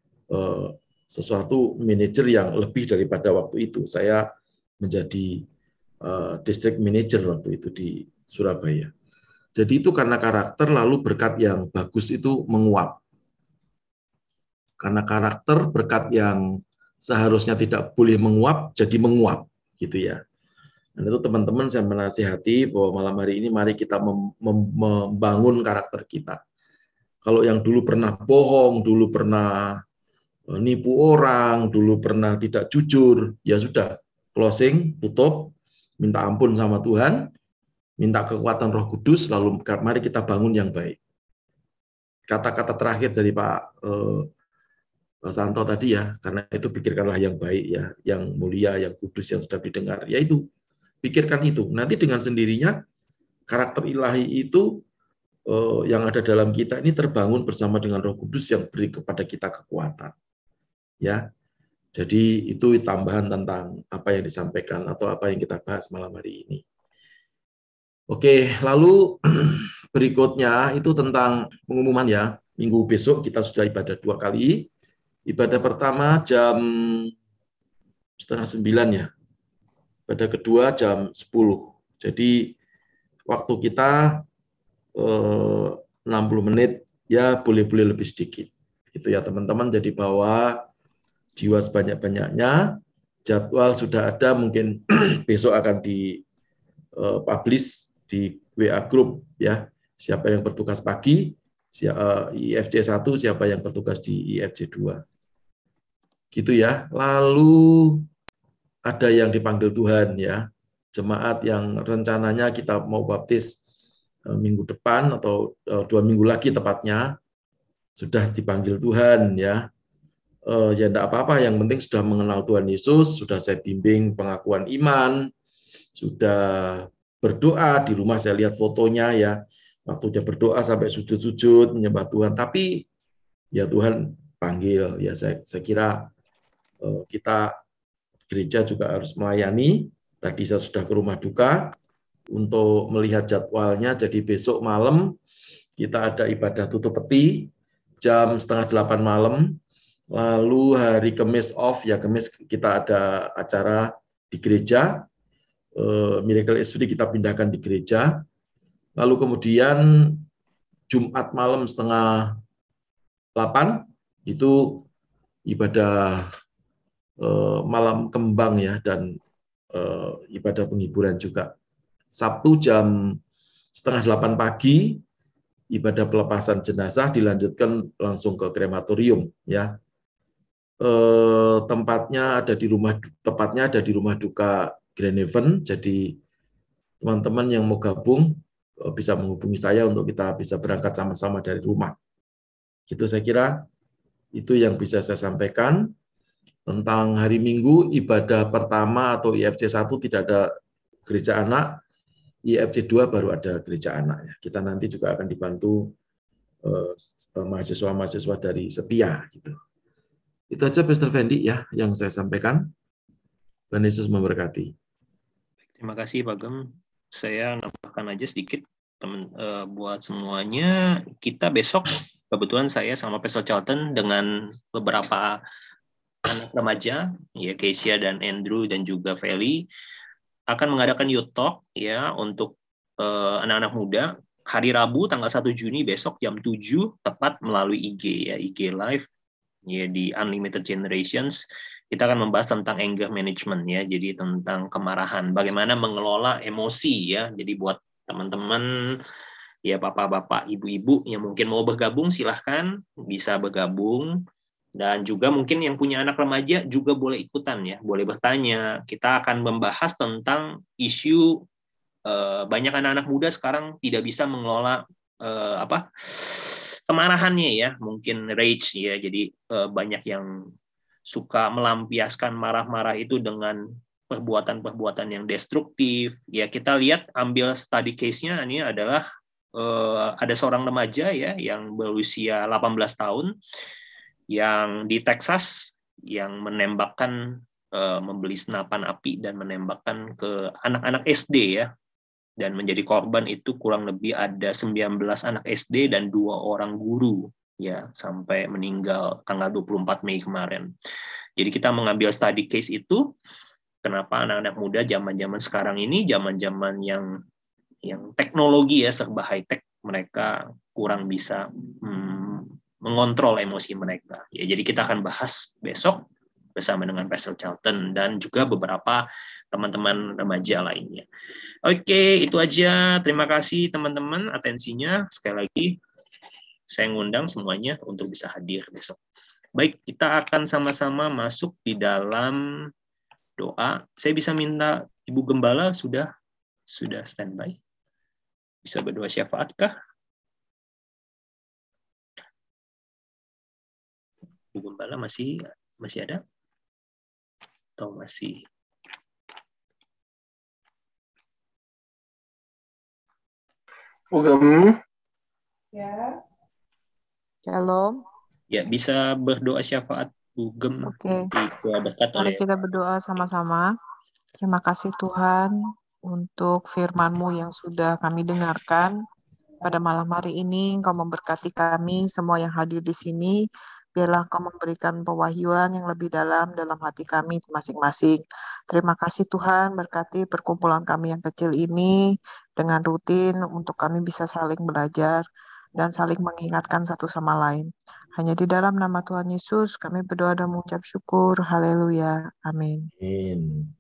sesuatu manajer yang lebih daripada waktu itu. Saya menjadi district manager waktu itu di Surabaya. Jadi itu karena karakter, lalu berkat yang bagus itu menguap. Karena karakter, berkat yang seharusnya tidak boleh menguap, jadi menguap, gitu, ya. Dan itu teman-teman saya menasihati bahwa malam hari ini mari kita membangun karakter kita. Kalau yang dulu pernah bohong, dulu pernah nipu orang, dulu pernah tidak jujur, ya sudah, closing, tutup, minta ampun sama Tuhan, minta kekuatan Roh Kudus, lalu mari kita bangun yang baik. Kata-kata terakhir dari Pak Santo tadi, ya, karena itu pikirkanlah yang baik, ya, yang mulia, yang kudus, yang sudah didengar, yaitu pikirkan itu. Nanti dengan sendirinya karakter ilahi itu yang ada dalam kita ini terbangun bersama dengan Roh Kudus yang beri kepada kita kekuatan. Ya, jadi itu tambahan tentang apa yang disampaikan atau apa yang kita bahas malam hari ini. Oke, lalu berikutnya itu tentang pengumuman, ya. Minggu besok kita sudah ibadah 2 kali. Ibadah pertama jam 8:30, ya. Ibadah kedua jam 10. Jadi waktu kita 60 menit, ya, boleh lebih sedikit. Itu, ya, teman-teman. Jadi bawa jiwa sebanyak-banyaknya. Jadwal sudah ada, mungkin besok akan di-publish di WA group, ya. Siapa yang bertugas pagi, IFC 1, siapa yang bertugas di IFC 2. Gitu, ya. Lalu ada yang dipanggil Tuhan, ya. Jemaat yang rencananya kita mau baptis minggu depan atau 2 minggu lagi tepatnya, sudah dipanggil Tuhan, ya. Ya enggak apa-apa, yang penting sudah mengenal Tuhan Yesus, sudah saya bimbing pengakuan iman, sudah berdoa di rumah. Saya lihat fotonya, ya, waktu dia berdoa sampai sujud-sujud menyembah Tuhan. Tapi ya Tuhan panggil, ya, saya kira kita gereja juga harus melayani. Tadi saya sudah ke rumah duka untuk melihat jadwalnya. Jadi besok malam kita ada ibadah tutup peti jam 7:30 malam. Lalu hari Kamis off, ya Kamis kita ada acara di gereja. Miracle SUD kita pindahkan di gereja. Lalu kemudian Jumat malam 7:30 itu ibadah malam kembang ya, dan ibadah penghiburan juga. Sabtu jam 7:30 pagi ibadah pelepasan jenazah, dilanjutkan langsung ke krematorium ya. Tepatnya ada di rumah duka Grand Haven. Jadi teman-teman yang mau gabung bisa menghubungi saya untuk kita bisa berangkat sama-sama dari rumah. Gitu saya kira itu yang bisa saya sampaikan. Tentang hari Minggu, ibadah pertama atau IFC 1 tidak ada gereja anak, IFC 2 baru ada gereja anak. Ya. Kita nanti juga akan dibantu mahasiswa-mahasiswa dari Setia. Gitu. Itu aja Pastor Fendi ya yang saya sampaikan. Tuhan Yesus memberkati. Terima kasih Pak Gem. Saya nambahkan aja sedikit buat semuanya. Kita besok kebetulan saya sama Pastor Charlton dengan beberapa anak remaja, ya Keisha dan Andrew dan juga Feli akan mengadakan Youth Talk ya untuk anak-anak muda hari Rabu tanggal 1 Juni besok jam 7 tepat melalui IG ya, IG Live ya di Unlimited Generations. Kita akan membahas tentang anger management ya, jadi tentang kemarahan, bagaimana mengelola emosi ya. Jadi buat teman-teman ya, bapak-bapak, ibu-ibu yang mungkin mau bergabung silahkan bisa bergabung. Dan juga mungkin yang punya anak remaja juga boleh ikutan ya, boleh bertanya. Kita akan membahas tentang isu banyak anak-anak muda sekarang tidak bisa mengelola kemarahannya ya, mungkin rage ya. Jadi banyak yang suka melampiaskan marah-marah itu dengan perbuatan-perbuatan yang destruktif. Ya kita lihat ambil study case-nya ini adalah ada seorang remaja ya yang berusia 18 tahun yang di Texas yang menembakkan, membeli senapan api dan menembakkan ke anak-anak SD ya, dan menjadi korban itu kurang lebih ada 19 anak SD dan 2 orang guru ya, sampai meninggal tanggal 24 Mei kemarin. Jadi kita mengambil study case itu, kenapa anak-anak muda zaman-zaman sekarang ini, zaman-zaman yang teknologi ya serba high tech, mereka kurang bisa mengontrol emosi mereka. Ya, jadi kita akan bahas besok bersama dengan Pastor Charlton dan juga beberapa teman-teman remaja lainnya. Oke, itu aja. Terima kasih teman-teman atensinya. Sekali lagi saya ngundang semuanya untuk bisa hadir besok. Baik, kita akan sama-sama masuk di dalam doa. Saya bisa minta Ibu Gembala sudah standby. Bisa berdoa syafaat kah? Bu Gembala masih ada? Atau masih? Bu Gem. Ya. Shalom. Ya, bisa berdoa syafaat Bu Gem. Oke. Mari kita berdoa sama-sama. Terima kasih Tuhan untuk firman-Mu yang sudah kami dengarkan. Pada malam hari ini Engkau memberkati kami semua yang hadir di sini. Biarlah Engkau memberikan pewahyuan yang lebih dalam hati kami masing-masing. Terima kasih Tuhan, berkati perkumpulan kami yang kecil ini dengan rutin untuk kami bisa saling belajar dan saling mengingatkan satu sama lain. Hanya di dalam nama Tuhan Yesus kami berdoa dan mengucap syukur. Haleluya. Amin. Amin.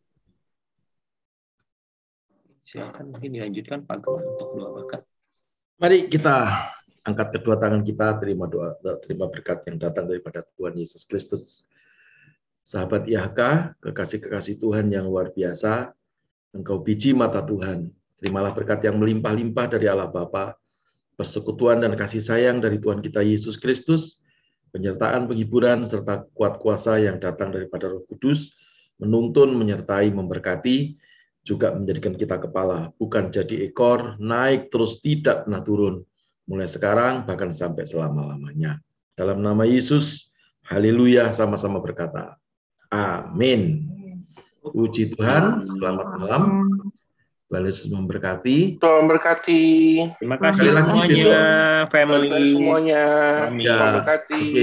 Silakan mungkin dilanjutkan Pak Gem untuk doa berkat. Mari kita angkat kedua tangan kita, terima doa, terima berkat yang datang daripada Tuhan Yesus Kristus. Sahabat IHK, kekasih-kekasih Tuhan yang luar biasa, Engkau biji mata Tuhan. Terimalah berkat yang melimpah-limpah dari Allah Bapa, persekutuan dan kasih sayang dari Tuhan kita Yesus Kristus, penyertaan, penghiburan, serta kuat kuasa yang datang daripada Roh Kudus, menuntun, menyertai, memberkati, juga menjadikan kita kepala, bukan jadi ekor, naik terus tidak pernah turun, mulai sekarang bahkan sampai selama-lamanya. Dalam nama Yesus, haleluya, sama-sama berkata, amin. Puji Tuhan, selamat malam. Tuhan Yesus memberkati. Tuhan memberkati. Terima kasih semuanya, family. Semuanya. Amin. Tuhan memberkati.